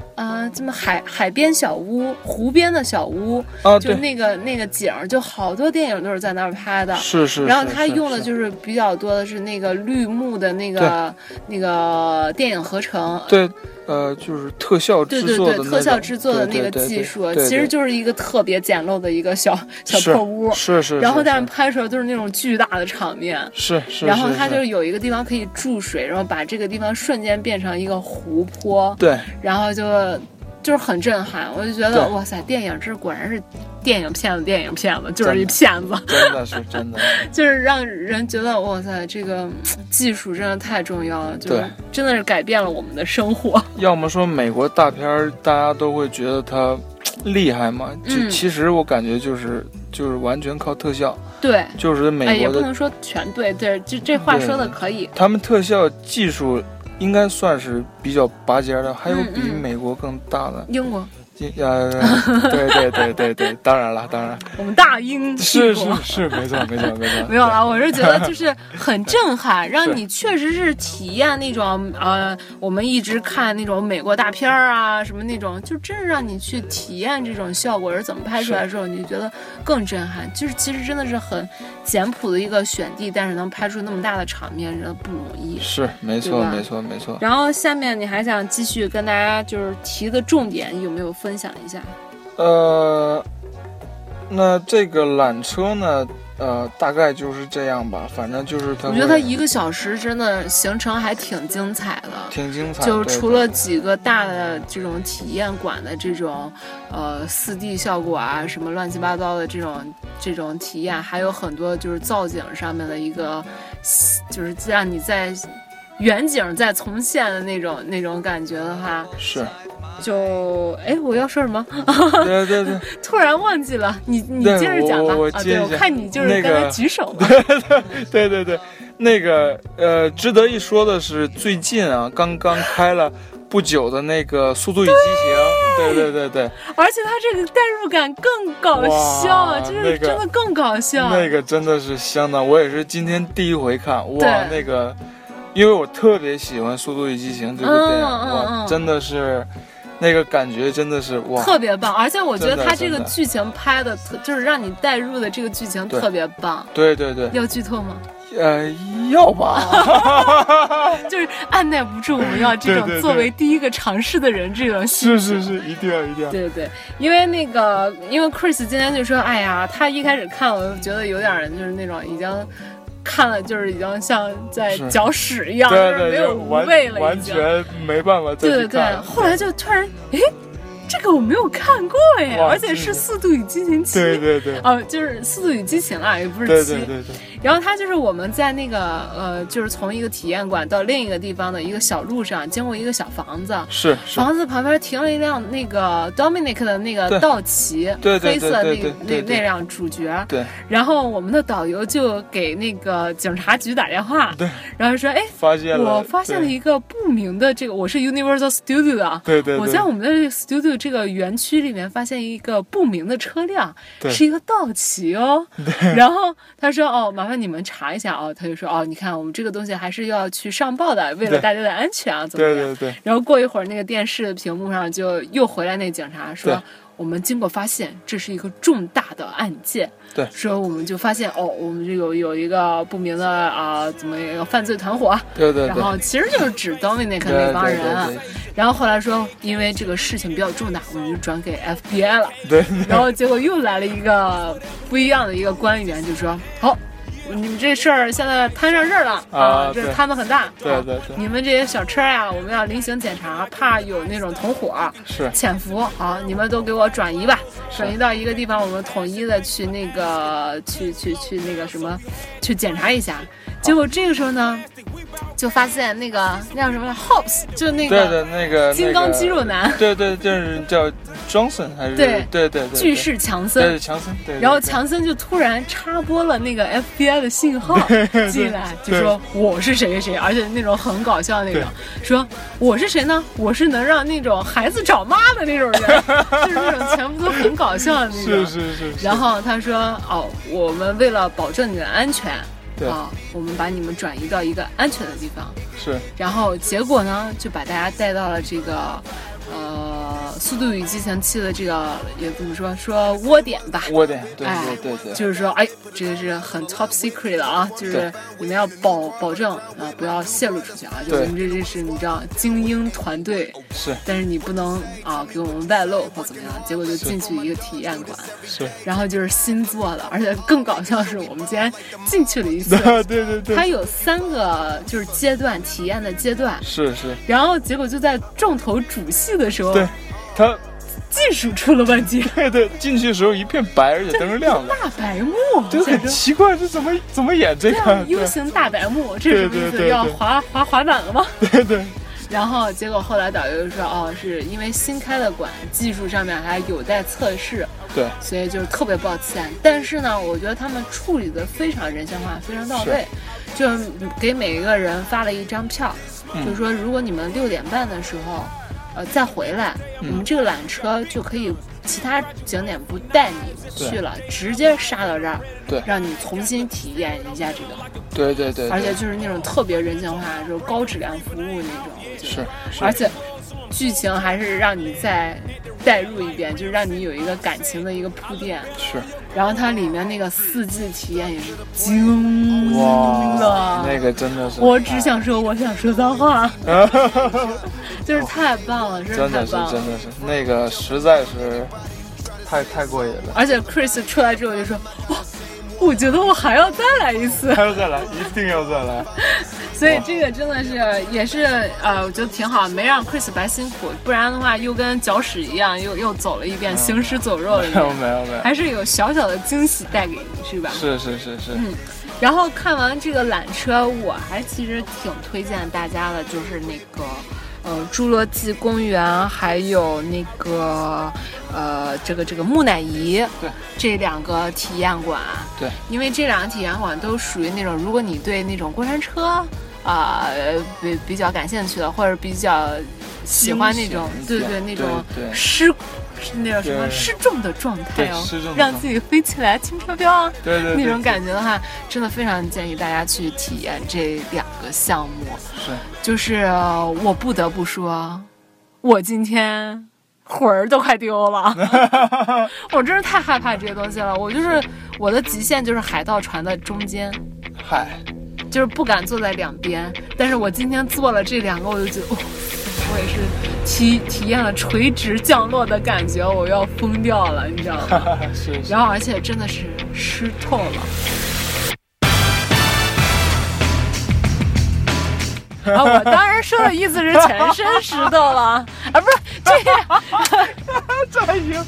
这么海边小屋，湖边的小屋就那个景，就好多电影都是在那儿拍的。 是。 然后他用的就是比较多的是那个绿幕的那个电影合成。 对。就是特效制作的， 对，特效制作的那个技术，其实就是一个特别简陋的一个小破屋， 是。 然后但是拍出来都是那种巨大的场面， 是。 然后它就有一个地方可以注水，然后把这个地方瞬间变成一个湖泊， 对， 然后就是很震撼，我就觉得哇塞，电影这果然是电影骗子，就是一骗子， 真的， 就是让人觉得哇塞，这个技术真的太重要了，就是真的是改变了我们的生活。 要么说美国大片大家都会觉得它厉害嘛，其实我感觉就是完全靠特效。 对， 就是美国的， 也不能说全对，这话说的可以。 他们特效技术应该算是比较拔尖的，还有比美国更大的英国。 对，当然了， 我们大英是，没错。 没有啦，我是觉得就是很震撼，让你确实是体验那种我们一直看那种美国大片啊什么那种，就真是让你去体验这种效果是怎么拍出来的时候，你就觉得更震撼。就是其实真的是很简朴的一个选地，但是能拍出那么大的场面，真的不容易。 是，没错。 然后下面你还想继续跟大家就是提的重点有没有分享一下？ 那这个缆车呢，大概就是这样吧，反正就是我觉得它1个小时真的行程还挺精彩的， 挺精彩。 就除了几个大的这种体验馆的这种4D 效果啊，什么乱七八糟的这种体验，还有很多就是造景上面的一个，就是让你在远景再重现的那种感觉的话， 是。 就我要说什么？ 对， 突然忘记了，你接着讲吧。 我接着讲。 我看你就是刚才举手嘛。 对，那个值得一说的是，最近啊，刚刚开了不久的那个《速度与激情》，对。 而且它这个代入感更搞笑，就是真的更搞笑。 那个真的是相当，我也是今天第一回看，哇，那个，因为我特别喜欢《速度与激情》这部电影，哇，真的是。那个感觉真的是哇， 特别棒，而且我觉得他这个剧情拍的，就是让你带入的这个剧情特别棒。对。要剧透吗？ 要吧。 就是按耐不住，我们要这种作为第一个尝试的人，这种是，一定要。 对，因为 Chris 今天就说，哎呀，他一开始看我就觉得有点就是那种已经。看了就是已经像在搅屎一样， 对， 没有无味了， 完全没办法再去看。 对，后来就突然，这个我没有看过耶，而且是《速度与激情7》。 对， 就是《速度与激情》啦，也不是7。对。然后它就是我们在那个就是从一个体验馆到另一个地方的一个小路上，经过一个小房子， 是房子旁边停了一辆那个 Dominic 的那个道奇，黑色那辆主角， 对。 然后我们的导游就给那个警察局打电话， 对， 然后说，我发现了一个不明的这个，我是 Universal Studio 的， 对， 我在我们的这个 Studio 这个园区里面发现一个不明的车辆，是一个道奇哦，然后他说，麻烦你们查一下他就说你看我们这个东西还是要去上报的，为了大家的安全啊，怎么样？ 对。 然后过一会儿那个电视的屏幕上就又回来那警察说，我们经过发现这是一个重大的案件， 对， 说我们就发现我们这有一个不明的怎么一个犯罪团伙， 对， 然后其实就是指 Dominic 那帮人啊，然后后来说因为这个事情比较重大，我们就转给 FBI 了， 对， 然后结果又来了一个不一样的一个官员，就说好。你们这事儿现在摊上事儿了这摊子很大。 对， 你们这些小车呀，我们要临行检查，怕有那种同伙潜伏。好，你们都给我转移吧，转移到一个地方，我们统一的去那个去那个什么，去检查一下。结果这个时候呢，就发现那个叫什么 Hobbs， 就那个对那个金刚肌肉男， 对，就是叫 Johnson 还是对， 巨士强森， 对强森，对。 然后强森就突然插播了那个 FBI 的信号进来，就说我是谁，而且那种很搞笑那种，说我是谁呢？我是能让那种孩子找妈的那种人，就是那种全部都很搞笑的那种。 是。 然后他说我们为了保证你的安全。我们把你们转移到一个安全的地方。 是。 然后结果呢，就把大家带到了这个速度与激情7的这个也怎么说窝点吧？ 窝点，对对， 就是说，这个是很 top secret 的啊，就是你们要保证啊，不要泄露出去啊，就我们这是你知道精英团队是， 但是你不能啊给我们外露或怎么样，结果就进去一个体验馆， 是， 然后就是新做的，而且更搞笑是我们竟然进去了一次， 对， 它有3个就是阶段体验的阶段， 是， 然后结果就在重头主戏的时候， 对，它技术出了问题， 对，进去的时候一片白，而且灯是亮的， 大白幕， 就很奇怪，这怎么演这个 U 型大白幕，这是什么意思？要滑板了吗？ 对。 然后结果后来导游就说，是因为新开的馆，技术上面还有待测试， 对， 所以就是特别抱歉。但是呢，我觉得他们处理的非常人性化，非常到位，就给每一个人发了一张票，就是说如果你们6点半的时候，再回来，我们这个缆车就可以其他景点不带你去了，直接杀到这儿， 对， 让你重新体验一下这个，对， 而且就是那种特别人性化，就是高质量服务那种， 是， 而且剧情还是让你再带入一遍，就是让你有一个感情的一个铺垫， 是。 然后它里面那个4季体验也是惊了， 那个真的是， 我只想说我想说脏话，就是太棒了， 真的是那个实在是太过瘾了。 而且 Chris 出来之后就说，我觉得我还要再来一次， 还要再来，一定要再来。 所以这个真的是也是我觉得挺好，没让 Chris 白辛苦，不然的话又跟搅屎一样，又走了一遍，行尸走肉了一遍。 没有， 还是有小小的惊喜带给你，是吧？ 是。 然后看完这个缆车，我还其实挺推荐大家的，就是那个侏罗纪公园，还有那个这个木乃伊， 对， 这2个体验馆， 对， 因为这2个体验馆都属于那种，如果你对那种过山车比较感兴趣的，或者比较喜欢那种对那种那种什么失重的状态让自己飞起来轻飘飘， 对那种感觉的话，真的非常建议大家去体验这2个项目。 是， 就是我不得不说，我今天魂儿都快丢了，我真是太害怕这些东西了。我的极限就是海盗船的中间，就是不敢坐在2边，但是我今天坐了这2个，我就觉得我也是体验了垂直降落的感觉，我要疯掉了，你知道吗？ 是。 然后而且真的是湿透了。我当然说的意思是全身湿透了，不是这样， 这还行。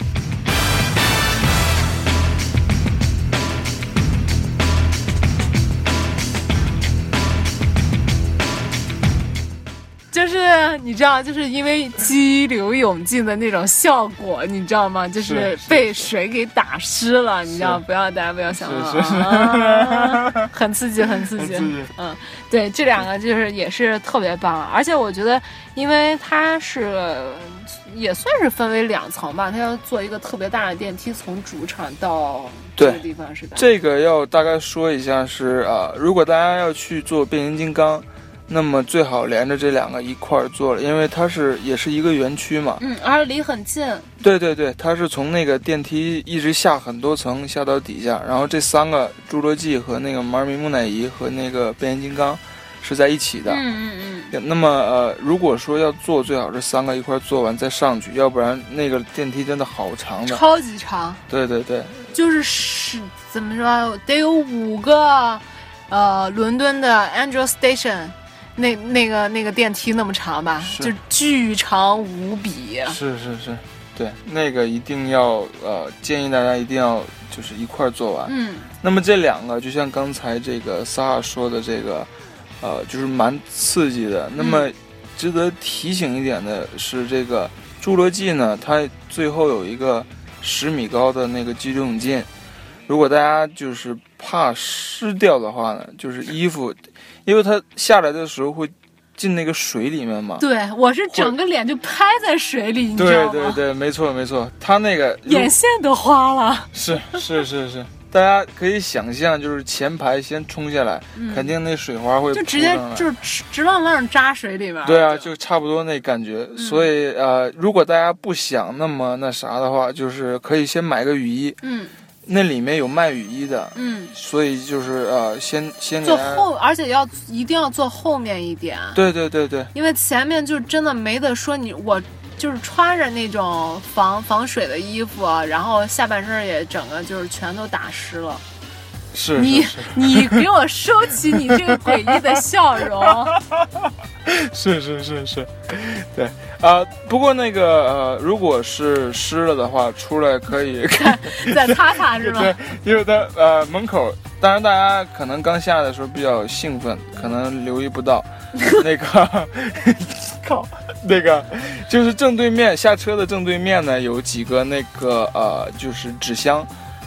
就是你知道，就是因为激流勇进的那种效果，你知道吗？就是被水给打湿了，你知道？大家不要想了，很刺激。对，这2个就是也是特别棒，而且我觉得，因为它也算是分为2层吧，它要做一个特别大的电梯，从主场到这个地方，是吧？ 这个要大概说一下是如果大家要去做变形金刚，那么最好连着这2个一块儿做了，因为它也是一个园区嘛， 而且离很近。 对，它是从那个电梯一直下很多层下到底下，然后这3个侏罗纪和那个马尔米木乃伊和那个变形金刚是在一起的。那么如果说要做，最好是3个一块做完再上去，要不然那个电梯真的好长的， 超级长。 对， 就是怎么说，得有5个伦敦的 Angel Station。那个电梯那么长吧，就巨长无比。 是，对，那个一定要建议大家一定要就是一块做完。那么这2个就像刚才这个萨哈说的这个就是蛮刺激的。那么值得提醒一点的是，这个侏罗纪呢，它最后有一个10米高的那个激流勇进，如果大家就是怕湿掉的话呢，就是衣服，因为它下来的时候会进那个水里面嘛。 对，我是整个脸就拍在水里，你知道吗？ 对，没错，它那个眼线都花了。 是， 大家可以想象，就是前排先冲下来，肯定那水花会就直接就是直愣愣扎水里面。 对啊，就差不多那感觉。所以如果大家不想那么那啥的话，就是可以先买个雨衣。那里面有卖雨衣的。所以就是先坐后，而且一定要坐后面一点。 对对对对， 因为前面就真的没得说，我就是穿着那种防水的衣服，然后下半身也整个就是全都打湿了。 是你给我收起你这个诡异的笑容。 是，对不过那个如果是湿了的话，出来可以再擦擦是吗？ 对，因为它门口，当然大家可能刚下来的时候比较兴奋，可能留意不到那个靠那个就是正对面下车的正对面呢有几个那个就是纸箱。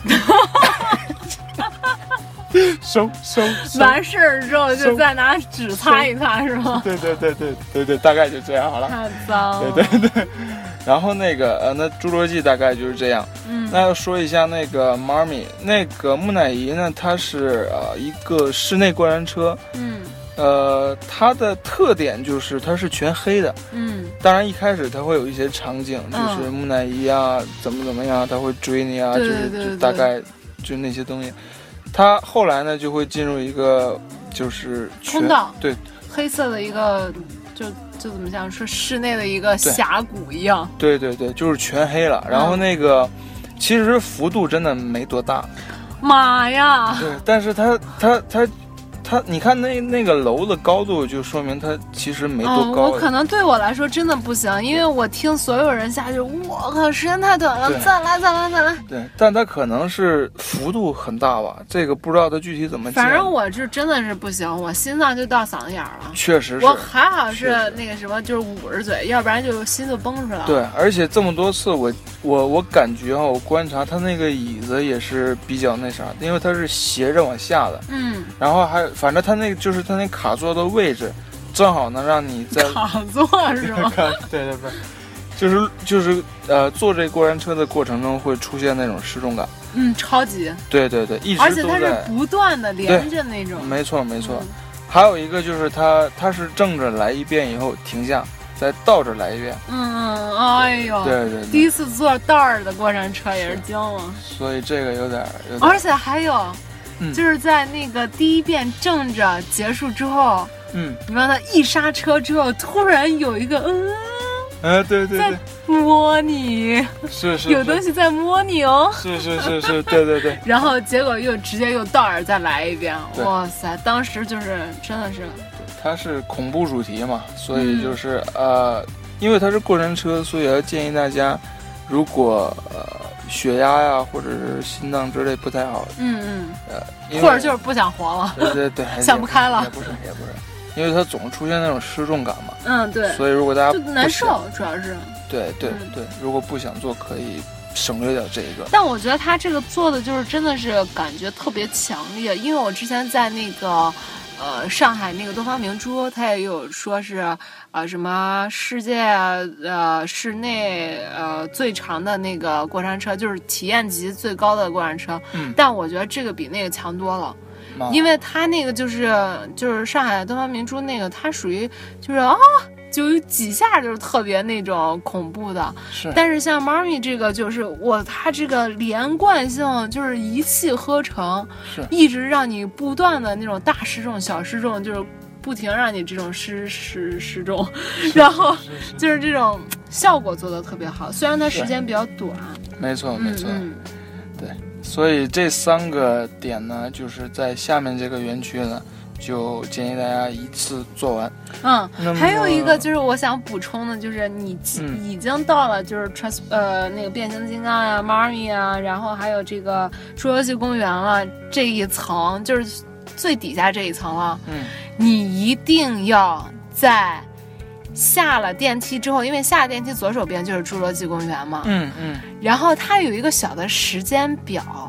收完事儿之后就再拿纸擦一擦是吗？ 对，大概就这样好了。 太脏了。 对。然后那个那侏罗纪大概就是这样。那要说一下那个 Marmy， 那个木乃伊呢，它是一个室内过山车。它的特点就是它是全黑的。当然一开始它会有一些场景，就是木乃伊啊怎么样，它会追你啊，就是大概就那些东西。它后来呢就会进入一个就是通道， 对， 黑色的一个就怎么讲，说室内的一个峡谷一样。对， 就是全黑了。然后那个其实幅度真的没多大。 妈呀！ 对，但是它，你看那个楼的高度，就说明它其实没多高。 我可能对我来说真的不行，因为我听所有人下去，我靠，时间太短了，再来。 对，但它可能是幅度很大吧，这个不知道它具体怎么建。 反正我就真的是不行，我心脏就到嗓子眼了。 确实是。 我还好是那个什么，就是捂着嘴，要不然就心就崩出来了。 对，而且这么多次我感觉我观察它那个椅子也是比较那啥，因为它是斜着往下的。然后反正它那个就是它那卡座的位置，正好能让你在卡座是吗？ 对，就是坐这过山车的过程中会出现那种失重感。 超级。 对，一直都在。 而且它是不断的连着那种。 没错。还有一个就是它是正着来一遍以后停下，再倒着来一遍。 哎呦。 对。 第一次坐倒儿的过山车也是惊了。 所以这个有点。 而且还有。就是在那个第一遍正着结束之后，你让他一刹车之后，突然有一个对， 在摸你， 是有东西在摸你哦， 是，对。 然后结果直接又倒耳再来一遍，哇塞！当时就是真的是， 它是恐怖主题嘛，所以就是因为它是过山车，所以要建议大家，如果血压呀或者是心脏之类不太好， 或者就是不想活了， 对， 想不开了， 也不是，因为它总出现那种失重感嘛， 对， 所以如果大家就难受，主要是， 对，如果不想做可以省略掉这一个。 但我觉得他这个做的就是真的是感觉特别强烈，因为我之前在那个上海那个东方明珠，他也有说是什么世界室内最长的那个过山车，就是体验级最高的过山车。但我觉得这个比那个强多了，因为他那个就是上海东方明珠那个，它属于就是就有几下就是特别那种恐怖的，但是像 Marmy 这个就是它这个连贯性就是一气呵成，一直让你不断的那种大失重小失重，就是不停让你这种失重，然后就是这种效果做得特别好，虽然它时间比较短。没错， 对，所以这3个点呢，就是在下面这个园区呢，就建议大家一次做完。 还有一个就是我想补充的，就是你已经到了就是那个变形金刚呀、Marmy 啊，然后还有这个侏罗纪公园了，这一层就是最底下这一层了。你一定要在下了电梯之后，因为下了电梯左手边就是侏罗纪公园嘛。然后它有一个小的时间表。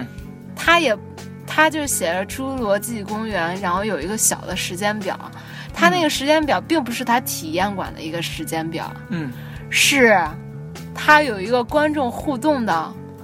它就写着侏罗纪公园，然后有一个小的时间表。它那个时间表并不是它体验馆的一个时间表，是它有一个观众互动的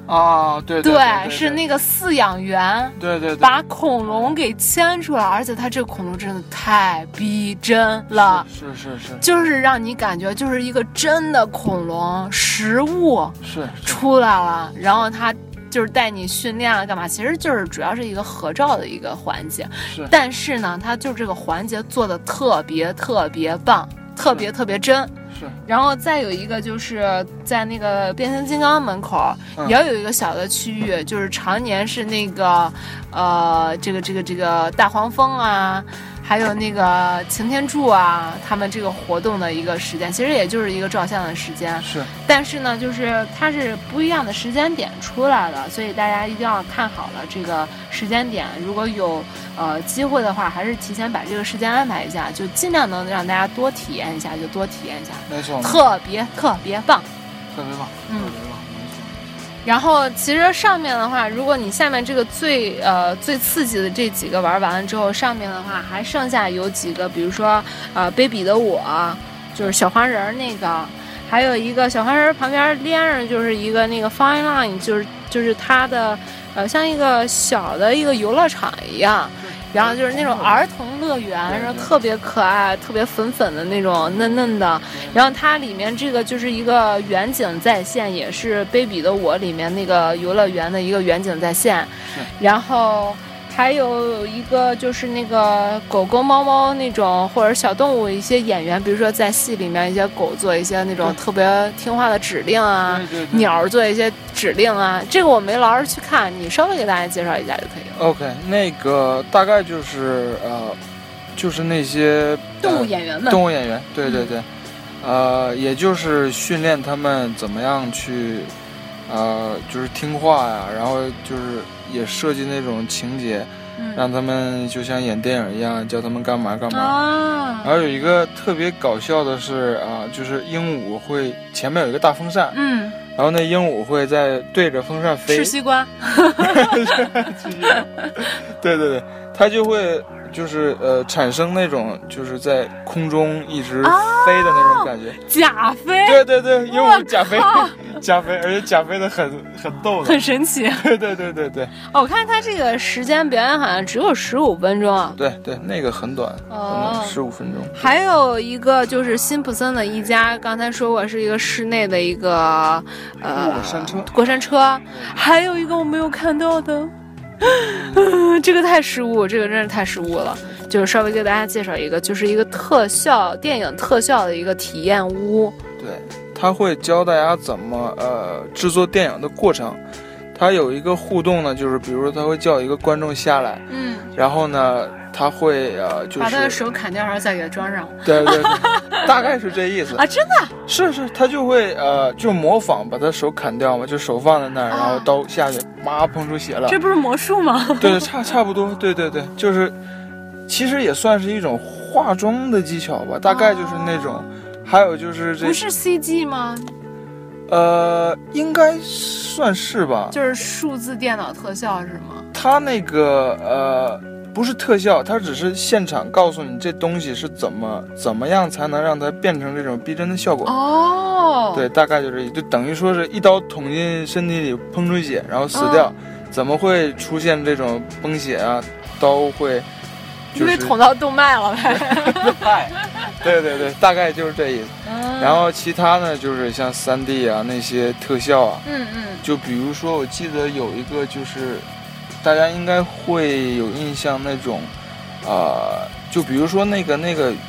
啊，对对对对对， 是那个饲养员， 对对对， 把恐龙给牵出来，而且它这个恐龙真的太逼真了， 是， 就是让你感觉就是一个真的恐龙实物是出来了，然后它就是带你训练了干嘛，其实就是主要是一个合照的一个环节，但是呢，它就这个环节做的特别棒，特别真。 是， 然后再有一个就是在那个变形金刚门口，也有一个小的区域，就是常年是那个这个大黄蜂啊，还有那个擎天柱啊，他们这个活动的一个时间，其实也就是一个照相的时间。 是， 但是呢，就是它是不一样的时间点出来的，所以大家一定要看好了这个时间点。如果有机会的话，还是提前把这个时间安排一下，就尽量能让大家多体验一下，就多体验一下。 没错， 特别棒， 特别棒， 没错。然后其实上面的话，如果你下面这个最刺激的这几个玩完了之后，上面的话还剩下有几个，比如说卑鄙的我，就是小黄人那个，还有一个小黄人旁边连上就是一个那个 Fine Line， 就是它的像一个小的一个游乐场一样。然后就是那种儿童乐园，然后特别可爱，特别粉的那种嫩的。然后它里面这个就是一个远景再现，也是《卑鄙的我》里面那个游乐园的一个远景再现。然后还有一个就是那个狗狗猫猫那种或者小动物一些演员，比如说在戏里面一些狗做一些那种特别听话的指令啊，鸟做一些指令啊，这个我没老是去看，你稍微给大家介绍一下就可以了。 OK， 那个大概就是就是那些动物演员们， 对对对，也就是训练他们怎么样去就是听话呀，然后就是也设计那种情节，让他们就像演电影一样，叫他们干嘛干嘛。然后有一个特别搞笑的是就是鹦鹉会前面有一个大风扇，然后那鹦鹉会在对着风扇飞， 吃西瓜。 对对对，它就会就是产生那种就是在空中一直飞的那种感觉， 假飞。 对对对，鹦鹉假飞，而且假飞的很逗的， 很神奇。 对对对对对。 我看它这个时间表演好像只有15分钟啊。 对对，那个很短，15分钟。 还有一个就是辛普森的一家，刚才说过是一个室内的一个过山车，还有一个我没有看到的。这个太失误，这个真是太失误了。就是稍微给大家介绍一个，就是一个电影特效的一个体验屋。 对，他会教大家怎么制作电影的过程。他有一个互动呢，就是比如说他会叫一个观众下来，然后呢他会就是把他的手砍掉，然后再给他装上。 对对对，大概是这意思啊，真的是他就会就模仿把他手砍掉嘛，就手放在那儿，然后刀下去，喷出血了。 这不是魔术吗？ 对，差不多，对对对，就是其实也算是一种化妆的技巧吧，大概就是那种。还有就是不是 CG 吗？ 应该算是吧， 就是数字电脑特效是吗？ 他那个不是特效，他只是现场告诉你这东西是怎么样才能让它变成这种逼真的效果。对，大概就等于说是一刀捅进身体里，喷出血，然后死掉。怎么会出现这种崩血啊？刀会因为捅到动脉了呗。 对对对，大概就是这意思。然后其他呢，就是像3D 啊那些特效啊，就比如说我记得有一个就是大家应该会有印象那种就比如说那个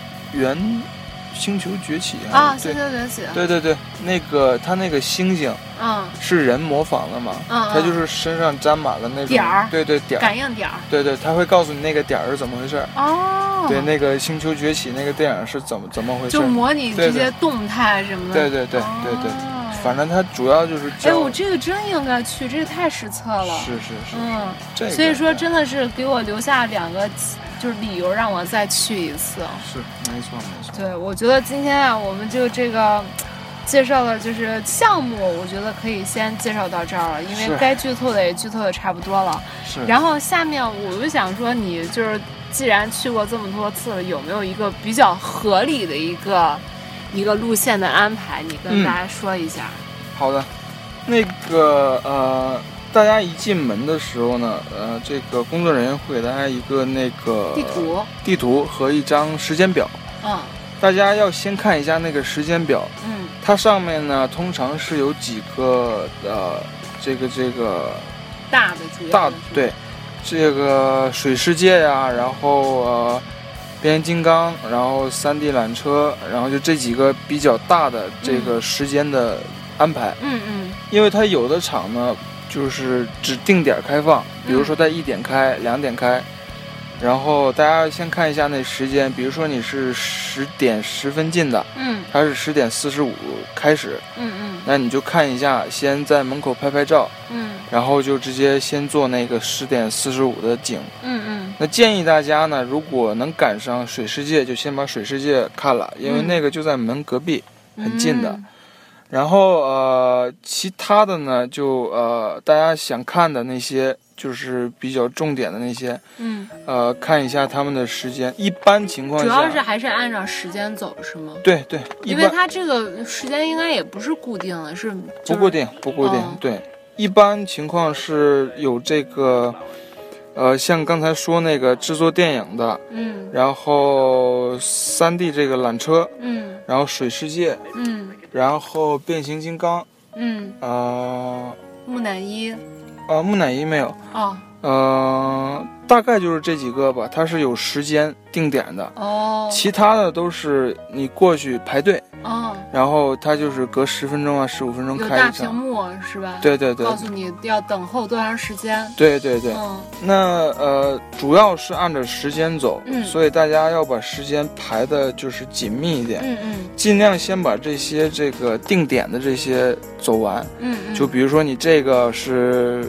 星球崛起星球崛起， 对对对，那个他那个星星是人模仿的嘛，他就是身上沾满了那种点儿， 对对点儿， 感应点儿， 对对，他会告诉你那个点儿是怎么回事。对，那个星球崛起那个电影是怎么回事， 就模拟这些动态什么的。 对对对对对，反正它主要就是我这个真应该去，这个太实测了。 是， 所以说真的是给我留下2个就是理由让我再去一次。 是，没错。 对，我觉得今天我们就这个介绍的就是项目，我觉得可以先介绍到这儿了，因为该剧透的也剧透的差不多了。 是。然后下面我就想说，你就是既然去过这么多次了，有没有一个比较合理的一个路线的安排？你跟大家说一下。 好的， 那个大家一进门的时候呢，这个工作人员会给大家一个那个地图和一张时间表。大家要先看一下那个时间表。它上面呢通常是有几个这个大的对，这个水世界呀，然后变形金刚，然后3D 缆车，然后就这几个比较大的这个时间的安排。因为它有的场呢就是只定点开放，比如说它1点开2点开，然后大家先看一下那时间，比如说你是10点10分进的，它是10点45开始，那你就看一下，先在门口拍照，然后就直接先做那个10点45的景，那建议大家呢，如果能赶上水世界，就先把水世界看了，因为那个就在门隔壁，很近的。然后其他的呢，就大家想看的那些，就是比较重点的那些，看一下他们的时间。一般情况下， 主要是还是按照时间走，是吗？ 对对， 因为它这个时间应该也不是固定的，是不固定，对。一般情况是有这个，像刚才说那个制作电影的，然后3D 这个缆车，然后水世界，然后变形金刚， 木乃伊， 木乃伊没有，大概就是这几个吧，它是有时间定点的，其他的都是你过去排队，然后它就是隔10分钟啊15分钟开一场，有大屏幕是吧？ 对对对， 告诉你要等候多长时间。 对对对，那主要是按照时间走，所以大家要把时间排的就是紧密一点，尽量先把这个定点的这些走完，就比如说你这个是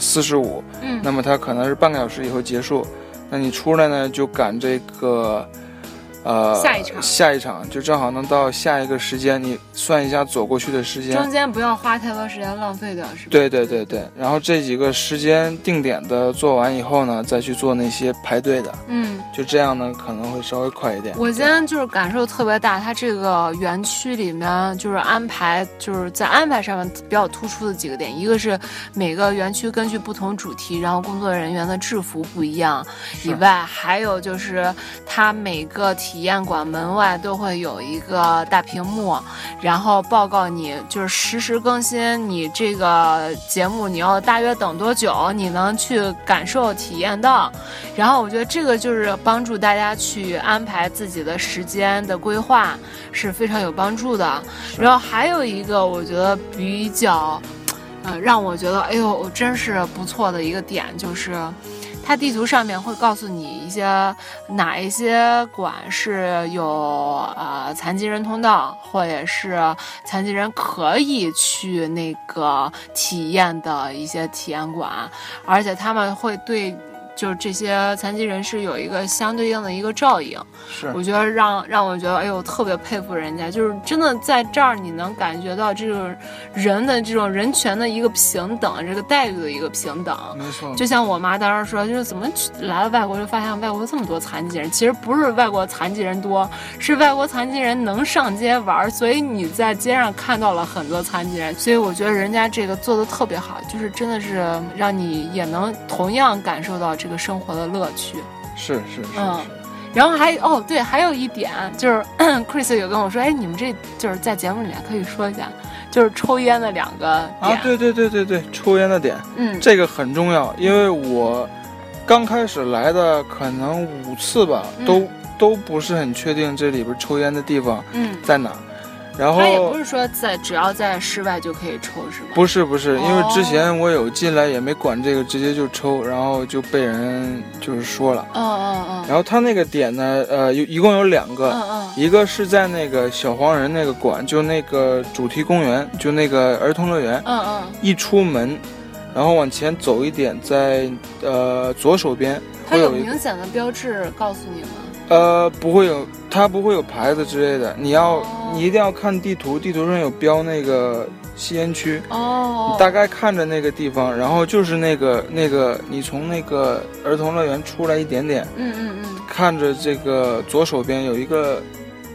45，那么它可能是半个小时以后结束，那你出来呢就赶这个下一场就正好能到下一个时间，你算一下走过去的时间， 中间不要花太多时间浪费掉，是吧？ 对对对对，然后这几个时间定点的做完以后呢，再去做那些排队的，就这样呢可能会稍微快一点。 我今天就是感受特别大，它这个园区里面就是安排，就是在安排上面比较突出的几个点，一个是每个园区根据不同主题，然后工作人员的制服不一样以外，还有就是它每个体验馆门外都会有一个大屏幕，然后报告你就是实时更新你这个节目你要大约等多久，你能去感受体验到。然后我觉得这个就是帮助大家去安排自己的时间的规划是非常有帮助的。然后还有一个我觉得比较让我觉得哎呦真是不错的一个点，就是它地图上面会告诉你一些哪一些馆是有残疾人通道，或者是残疾人可以去那个体验的一些体验馆，而且他们会对就是这些残疾人士有一个相对应的一个照应， 是我觉得让我觉得哎呦特别佩服人家，就是真的在这儿你能感觉到这种人的这种人权的一个平等，这个待遇的一个平等。 没错， 就像我妈当时说，就是怎么来了外国就发现外国这么多残疾人，其实不是外国残疾人多，是外国残疾人能上街玩，所以你在街上看到了很多残疾人，所以我觉得人家这个做的特别好，就是真的是让你也能同样感受到这个生活的乐趣。 是。 然后还有一点就是 Chris 有跟我说，哎，你们这就是在节目里面可以说一下，就是抽烟的2个点。 对，抽烟的点，这个很重要，因为我刚开始来的可能5次吧，都不是很确定这里边抽烟的地方在哪。然后他也不是说只要在室外就可以抽，是吗？ 不是，因为之前我有进来也没管这个，直接就抽，然后就被人就是说了。然后他那个点呢，一共有2个，一个是在那个小黄人那个馆，就那个主题公园，就那个儿童乐园。一出门，然后往前走一点，在左手边。 它有明显的标志告诉你吗？ 不会有，它不会有牌子之类的。你一定要看地图，地图上有标那个吸烟区。你大概看着那个地方，然后就是那个，你从那个儿童乐园出来一点点，看着这个左手边有一个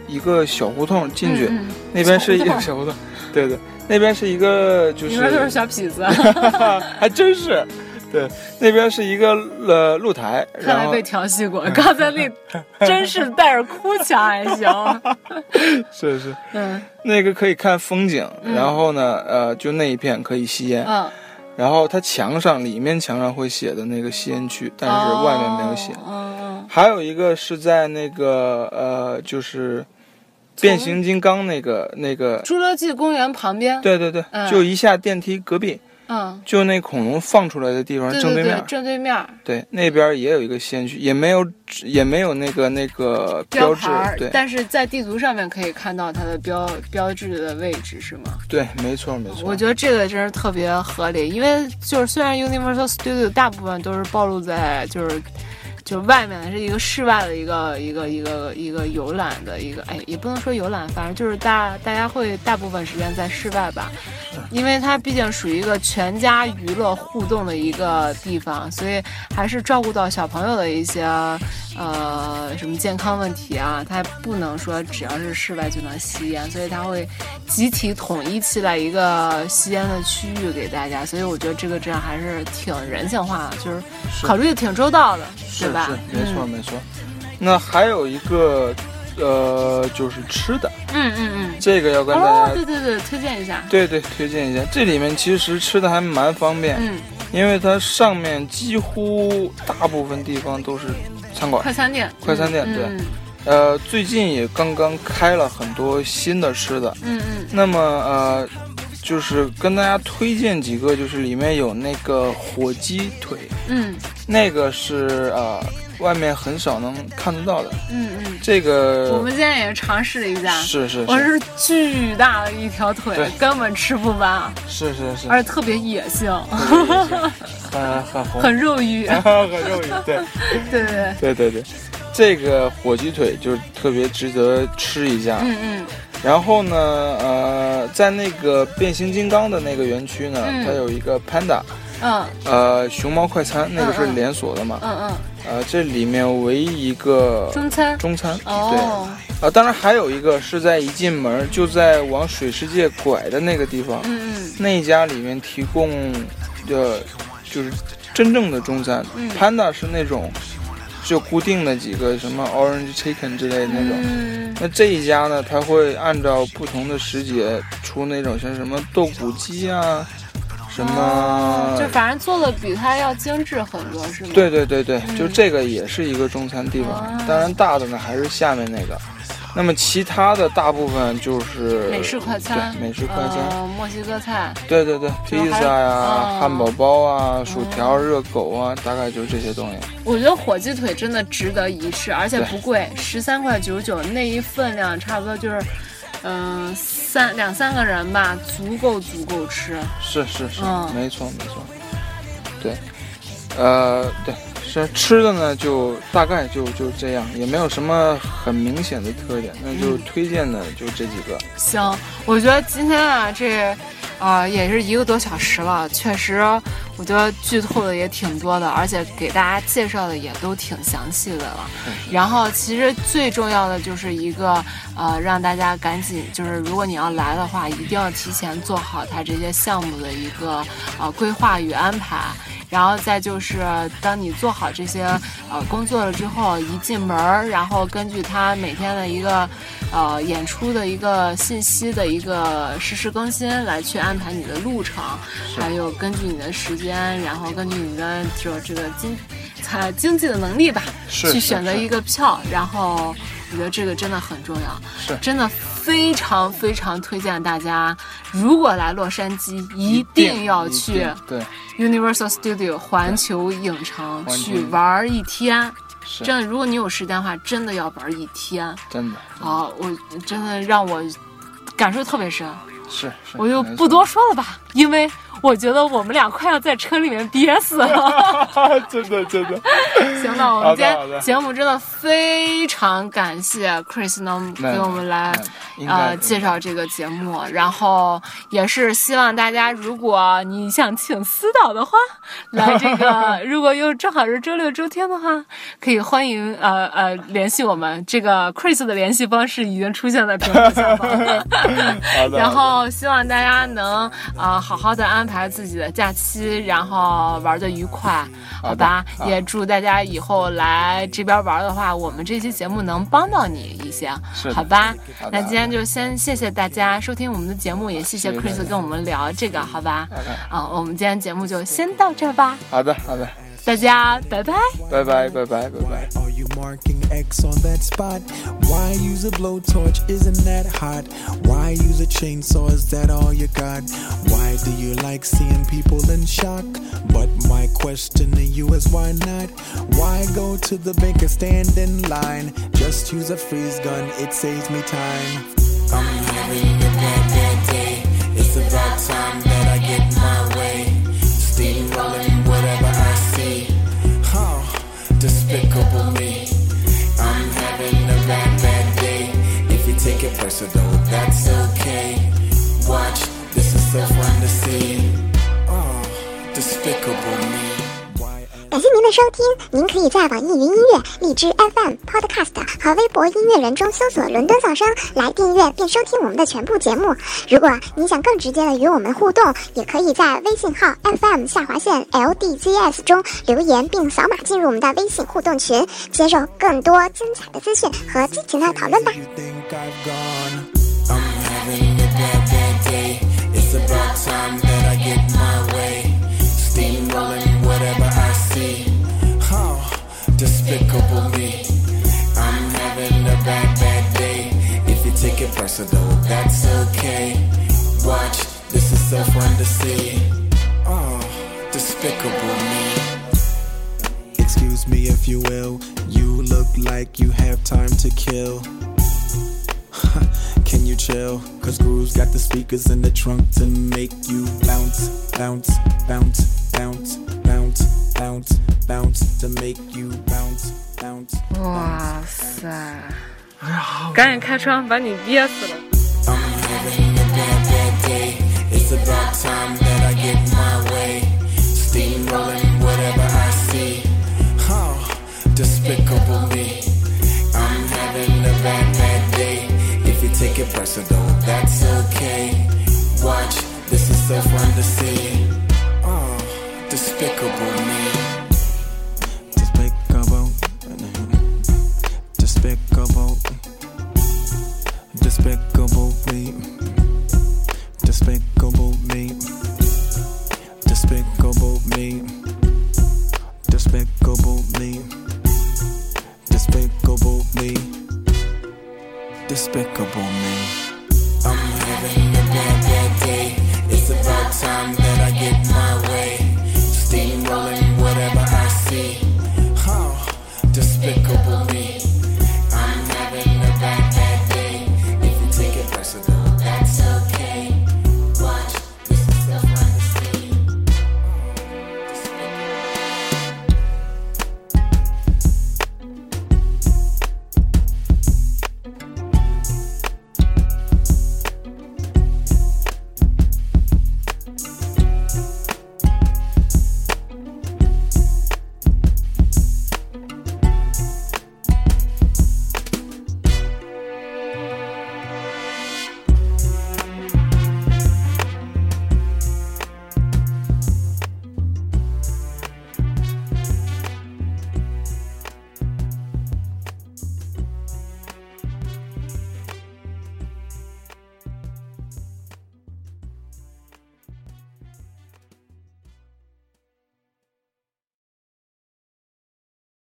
一个小胡同进去，那边是一个小胡同，对对，那边是一个就是里面都是小痞子， 还真是。对，那边是一个露台， 看来被调戏过。刚才那真是带着哭腔还行。 是，那个可以看风景，然后呢，就那一片可以吸烟。然后它里面墙上会写的那个吸烟区，但是外面没有写。还有一个是在那个就是变形金刚那个侏罗纪公园旁边。 对，就一下电梯隔壁。就那恐龙放出来的地方正对面， 正对面， 对，那边也有一个吸烟区，也没有那个标志，对， 但是在地图上面可以看到它的标志的位置，是吗？ 对，没错。 我觉得这个真是特别合理，因为就是虽然 Universal Studio 大部分都是暴露在就外面的是一个室外的一个游览的一个，也不能说游览，反正就是大家会大部分时间在室外吧，因为它毕竟属于一个全家娱乐互动的一个地方，所以还是照顾到小朋友的一些什么健康问题啊，它不能说只要是室外就能吸烟，所以它会集体统一起来一个吸烟的区域给大家，所以我觉得这个还是挺人性化的，就是考虑的挺周到的，对吧？ 是，没错。那还有一个就是吃的，这个要跟大家对推荐一下， 对推荐一下。这里面其实吃的还蛮方便，因为它上面几乎大部分地方都是餐馆、 快餐店， 对。最近也刚刚开了很多新的吃的，那么就是跟大家推荐几个，就是里面有那个火鸡腿，那个是外面很少能看得到的，这个我们今天也尝试了一下， 是， 我是巨大的一条腿，根本吃不完， 是， 而且特别野性，很肉欲， 很肉欲，对，这个火鸡腿就特别值得吃一下，然后呢，在那个变形金刚的那个园区呢，它有一个 Panda，熊猫快餐，那个是连锁的嘛，这里面唯一一个中餐，对，当然还有一个是在一进门就在往水世界拐的那个地方，那一家里面提供的就是真正的中餐，Panda 是那种就固定的几个什么 Orange Chicken 之类的那种，那这一家呢，它会按照不同的时节出那种像什么豆鼓鸡啊，什么， 就反正做的比它要精致很多，是吗？ 对，就这个也是一个中餐地方，当然大的呢还是下面那个。那么其他的大部分就是美式快餐， 美式快餐， 墨西哥菜， 对，披萨呀、汉堡包啊、薯条、热狗啊，大概就是这些东西。 我觉得火鸡腿真的值得一试，而且不贵，13.99块，那一份量差不多就是，2、3个人吧，足够吃。是， 没错，对，对。吃的呢，就大概就这样，也没有什么很明显的特点，那就推荐的就这几个。 行，我觉得今天啊，也是1个多小时了，确实，我觉得剧透的也挺多的，而且给大家介绍的也都挺详细的了。然后，其实最重要的就是一个让大家赶紧，就是如果你要来的话，一定要提前做好它这些项目的一个规划与安排。然后再就是，当你做好这些工作了之后，一进门，然后根据他每天的一个演出的一个信息的一个实时更新来去安排你的路程，还有根据你的时间，然后根据你的这个经济的能力吧，去选择一个票。然后我觉得这个真的很重要，真的非常非常推荐大家，如果来洛杉矶，一定要去Universal Studio 环球影城去玩一天。真的，如果你有时间的话，真的要玩一天。真的我真的让我感受特别深。是，我就不多说了吧，因为我觉得我们俩快要在车里面憋死了。 真的。 行了，我们今天节目真的非常感谢 Chris 能给我们来介绍这个节目，然后也是希望大家，如果你想请司导的话，来这个如果又正好是周六周天的话，可以欢迎联系我们。这个 Chris 的联系方式已经出现在屏幕下方。然后希望大家能好好的安排自己的假期，然后玩得愉快，好吧？也祝大家以后来这边玩的话，我们这期节目能帮到你一些，好吧？那今天就先谢谢大家收听我们的节目，也谢谢 Chris 跟我们聊这个，好吧？我们今天节目就先到这吧。 好的， 大家拜拜。 拜拜。 Are you marking X on that spot? Why use a blowtorch? Isn't that hot? Why use a chainsaw? Is that all you got? Why do you like seeing people in shock? But my question to you is why not? Why go to the bank and stand in line? Just use a freeze gun, it saves me time. I'm having a bad day. It's about time that I get my way. Steamrolling whatever I see. Oh, despicable me. I'm having a bad day. If you take it personal, that's okay. Watch, this is so fun to see. Oh, despicable me. 感谢您的收听，您可以在网易云音乐、荔枝 FM、Podcast 和微博音乐人中搜索“伦敦噪声”来订阅并收听我们的全部节目。如果您想更直接的与我们互动，也可以在微信号 FM_LDZS 中留言并扫码进入我们的微信互动群，接受更多精彩的资讯和激情的讨论吧。 Despicable me. I'm having a bad day. If you take it personal, that's okay. Watch, this is so fun to see. Oh, despicable me. Excuse me if you will. You look like you have time to kill. Can you chill? Cause Groove's got the speakers in the trunk to make you bounce, bounce, bounce, bounce, bounce, bounce, bounce, to make you bounce, bounce. 哇塞！赶紧开窗，把你憋死了。 I'm having a bad day. It's about time that I get my way. Steamrolling whatever I see. Oh, despicable me. I'm having a bad day. If you take it personal, that's okay. Watch, this is so fun to see. Oh, despicable me. Despicable. Despicable. Despicable me. Despicable